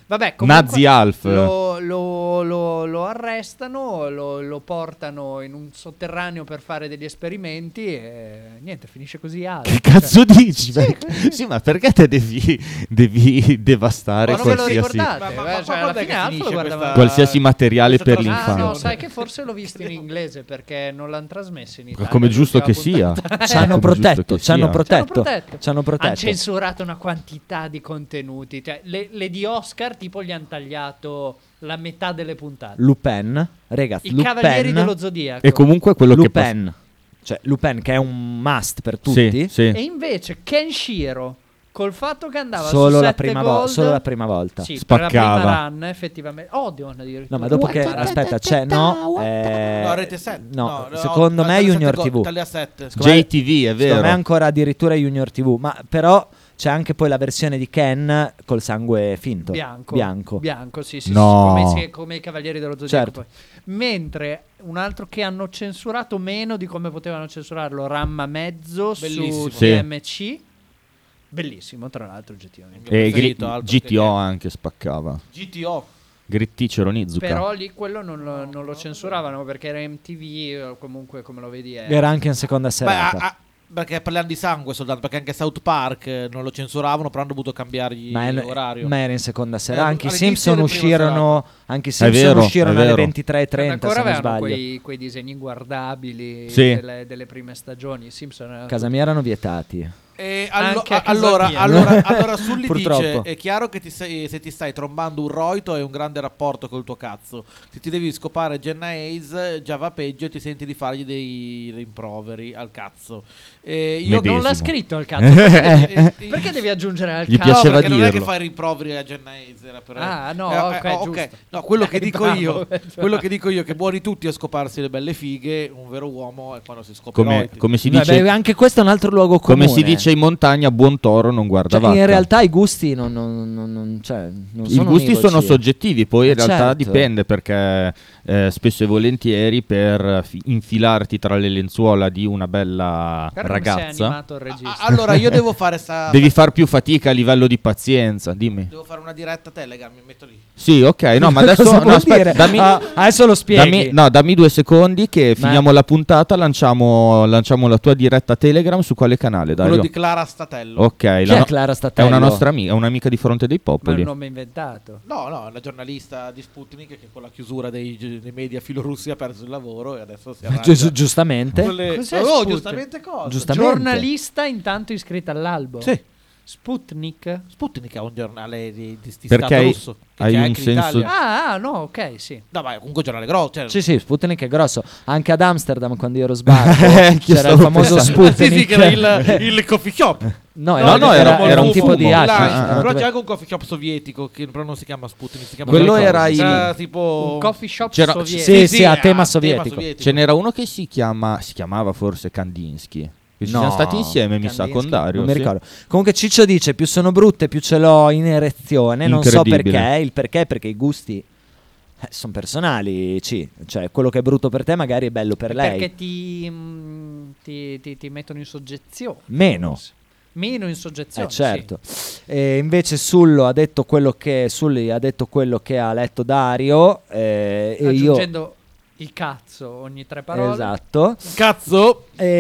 Vabbè, comunque Nazi Alf. Lo, lo, lo, lo arrestano, lo, lo portano in un sotterraneo per fare degli esperimenti e niente, finisce così Alf. Che cazzo Cioè- dici? Sì, sì, ma perché te devi, devi devastare Ma non ve lo qualsiasi, ricordate? Ma- ma- Eh, ma cioè, alla quando è fine che Alf finisce lo guardava- questa- qualsiasi materiale per Ah l'infanzia? no, sai che forse l'ho visto in inglese perché non l'hanno trasmesso in Italia. Come giusto che l'ultima sia. puntata. Ci hanno Come giusto protetto, che ci hanno sia. protetto. protetto. Ci hanno protetto. Hanno censurato una quantità di contenuti. Cioè, le, le di Oscar tipo gli hanno tagliato la metà delle puntate. Lupin, ragazzi, I Lupin, Cavalieri dello Zodiaco. E comunque quello che pas- Lupin, cioè Lupin che è un must per tutti. Sì, sì. E invece Kenshiro, col fatto che andava Solo su la sette prima gold, vo- solo la prima volta. Sì, per la Spaccava. prima run effettivamente. Odeon addirittura. No, ma dopo che aspetta, c'è no, eh, No, Rete sette. no, No, no, secondo no, me Italia Junior sette tivù. Italia sette. Secondo me- J T V, è Secondo vero. me ancora addirittura Junior tivù, ma però c'è anche poi la versione di Ken col sangue finto. Bianco. Bianco. Bianco, sì, sì, No. sì, come, si- come i Cavalieri dello Zodiaco. Certo. Poi. Mentre un altro che hanno censurato meno di come potevano censurarlo, Ramma Mezzo Bellissimo. su Sì. T M C. Bellissimo, tra l'altro, oggettivamente. E preferito, Gri- altro G T O che- anche spaccava. G T O. Gritticero Nizuka. Però lì quello non lo, non lo censuravano perché era M T V o comunque come lo vedi è... Era anche in seconda Beh, serata. ah, ah, perché parliamo di sangue soltanto, perché anche South Park eh, non lo censuravano, però hanno dovuto cambiargli Ma, è- l'orario. ma era in seconda serata. Eh, anche i all'inizio Simpson del primo uscirono, anche i È Simpson vero, uscirono è alle vero. ventitré e Ed trenta ancora se non avevano sbaglio. quei, quei disegni guardabili Sì. delle, delle prime stagioni. Simpson era A casa mia erano vietati. E allo- Anche a a- casa allora, mia. allora, allora Sully Purtroppo. dice: è chiaro che ti sei- se ti stai trombando un roito hai un grande rapporto col tuo cazzo. Se ti devi scopare Jenna Hayes, già va peggio e ti senti di fargli dei rimproveri al cazzo. E io Medesimo. non l'ha scritto al cazzo. Perché devi, perché devi aggiungere al Gli cazzo? No, piaceva perché non è che dirlo. fai rimproveri a Jenna Hayes. Era per Ah, no, Eh, ok, eh, oh, giusto. No, quello che Dai, dico bravo. io, quello che dico io, che buoni tutti a scoparsi le belle fighe. Un vero uomo è quando si scopre i Come, roiti. come si Vabbè, dice, anche questo è un altro luogo comune. come si dice in montagna, buon toro non guarda Cioè, vacca. in realtà i gusti non, non- non- non- cioè, non I sono gusti univoci. sono soggettivi, poi in Eh, realtà certo. dipende perché eh, spesso e volentieri per fi- infilarti tra le lenzuola di una bella Guarda come sei ragazza animato il regista. Ah, allora io devo fare sta devi far più fatica a livello di pazienza, dimmi. Devo fare una diretta Telegram, mi metto lì. Sì, ok, no, ma adesso Cosa no, vuol aspetta, dire? dammi, Ah, adesso lo spieghi. dammi- no, dammi due secondi che Ma- finiamo la puntata, lanciamo, lanciamo la tua diretta Telegram su quale canale, Quello Dario? di Clara Statello. Ok, Chi la è no- Clara è Statello? una nostra amica, è un'amica di Fronte dei Ma è Popoli. un nome inventato. No, no, è una giornalista di Sputnik che con la chiusura dei, dei media filorussi ha perso il lavoro e adesso si arrangia. Gi- giustamente. con le- Cos'è Oh, Sputnik? giustamente cosa? Giustamente. Giornalista intanto iscritta all'albo. Sì. Sputnik. Sputnik è un giornale di, di, di Perché Stato hai- russo. che hai c'è un anche in senso- Italia. Ah, ah, no, ok, sì. No, ma è comunque un giornale grosso. Cioè, Sì, sì, Sputnik è grosso. Anche ad Amsterdam, quando io ero sbarco, Eh, che c'era il stavo famoso pensando. Sputnik. sì, sì, che era il, il coffee shop. No, No, era, no, era- era- era un fumo, tipo di fumo. hashish. Ah, era ah, un Però tipo- c'è anche un coffee shop sovietico che però non si chiama Sputnik, si chiama Quello qualcosa. era il- C'era tipo Un coffee shop C'era- sovietico. Sì, sì, a a tema sovietico. Ce n'era uno che si chiama si chiamava forse Kandinsky. Che ci No, siamo stati insieme, mi sa, Kandinsky, con Dario. non mi sì. ricordo. Comunque Ciccio dice più sono brutte più ce l'ho in erezione. Non so Incredibile. perché. Il perché è perché i gusti eh, sono personali. Sì. Cioè quello che è brutto per te magari è bello per lei. Perché ti, mm, ti, ti, ti mettono in soggezione. Meno. forse. Meno in soggezione. Eh, certo. E invece Sullo ha detto quello che Sully ha detto quello che ha letto Dario eh, sì. e io Aggiungendo il cazzo ogni tre parole. esatto. Cazzo!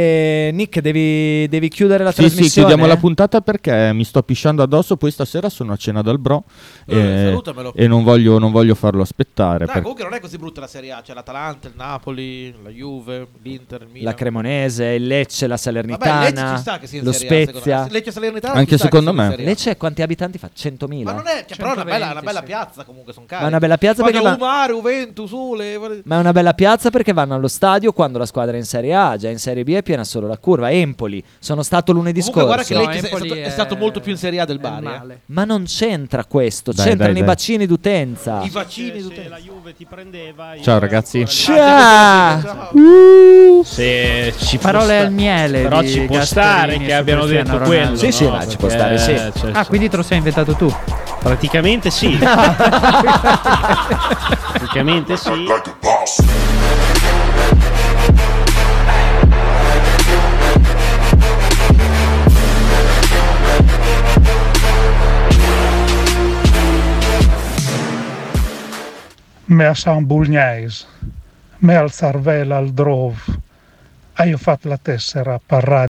E Nick devi, devi chiudere la Sì, sì, trasmissione. chiudiamo la puntata perché mi sto pisciando addosso. Poi stasera sono a cena dal bro Eh, e, salutamelo. e non, voglio, non voglio farlo aspettare. Dai, per- comunque non è così brutta la Serie A. C'è l'Atalanta, il Napoli, la Juve, l'Inter, il Milan. La Cremonese, il Lecce, la Vabbè, Lecce Salernitana, ci sta che sia in lo Serie A, secondo Spezia. me. Lecce Salernitana Anche ci sta che secondo sia in me. Serie A. Lecce quanti abitanti fa? centomila. Ma non è, cioè, però è una bella, una bella centoventi, piazza comunque, sono cari. Ma è una bella piazza Quando perché va- Umare, Juventus, Sule... Ma è una bella piazza perché vanno allo stadio quando la squadra è in Serie A, già in Serie B è piena solo la curva. Empoli, sono stato lunedì Comunque guarda che scorso. Lecce è, Empoli stato, è è- stato molto più in Serie A del è Bari. eh. male. Ma non c'entra questo, Dai, c'entrano dai, i dai. vaccini d'utenza. I vaccini Se d'utenza. la Juve ti prendeva, io Ciao, ragazzi. ancora- Ciao! Se ci può Parole sta- al miele. Però di ci può Gasperini stare che su abbiano Cristiano detto Ronaldo. quello. Sì, sì, no? dai, ci può Perché, stare, sì. cioè, Ah, quindi te lo sei inventato tu. praticamente sì. praticamente sì. Like a boss. me a San Bulgnais, me al Sarvela al Drove, io ho fatto la tessera per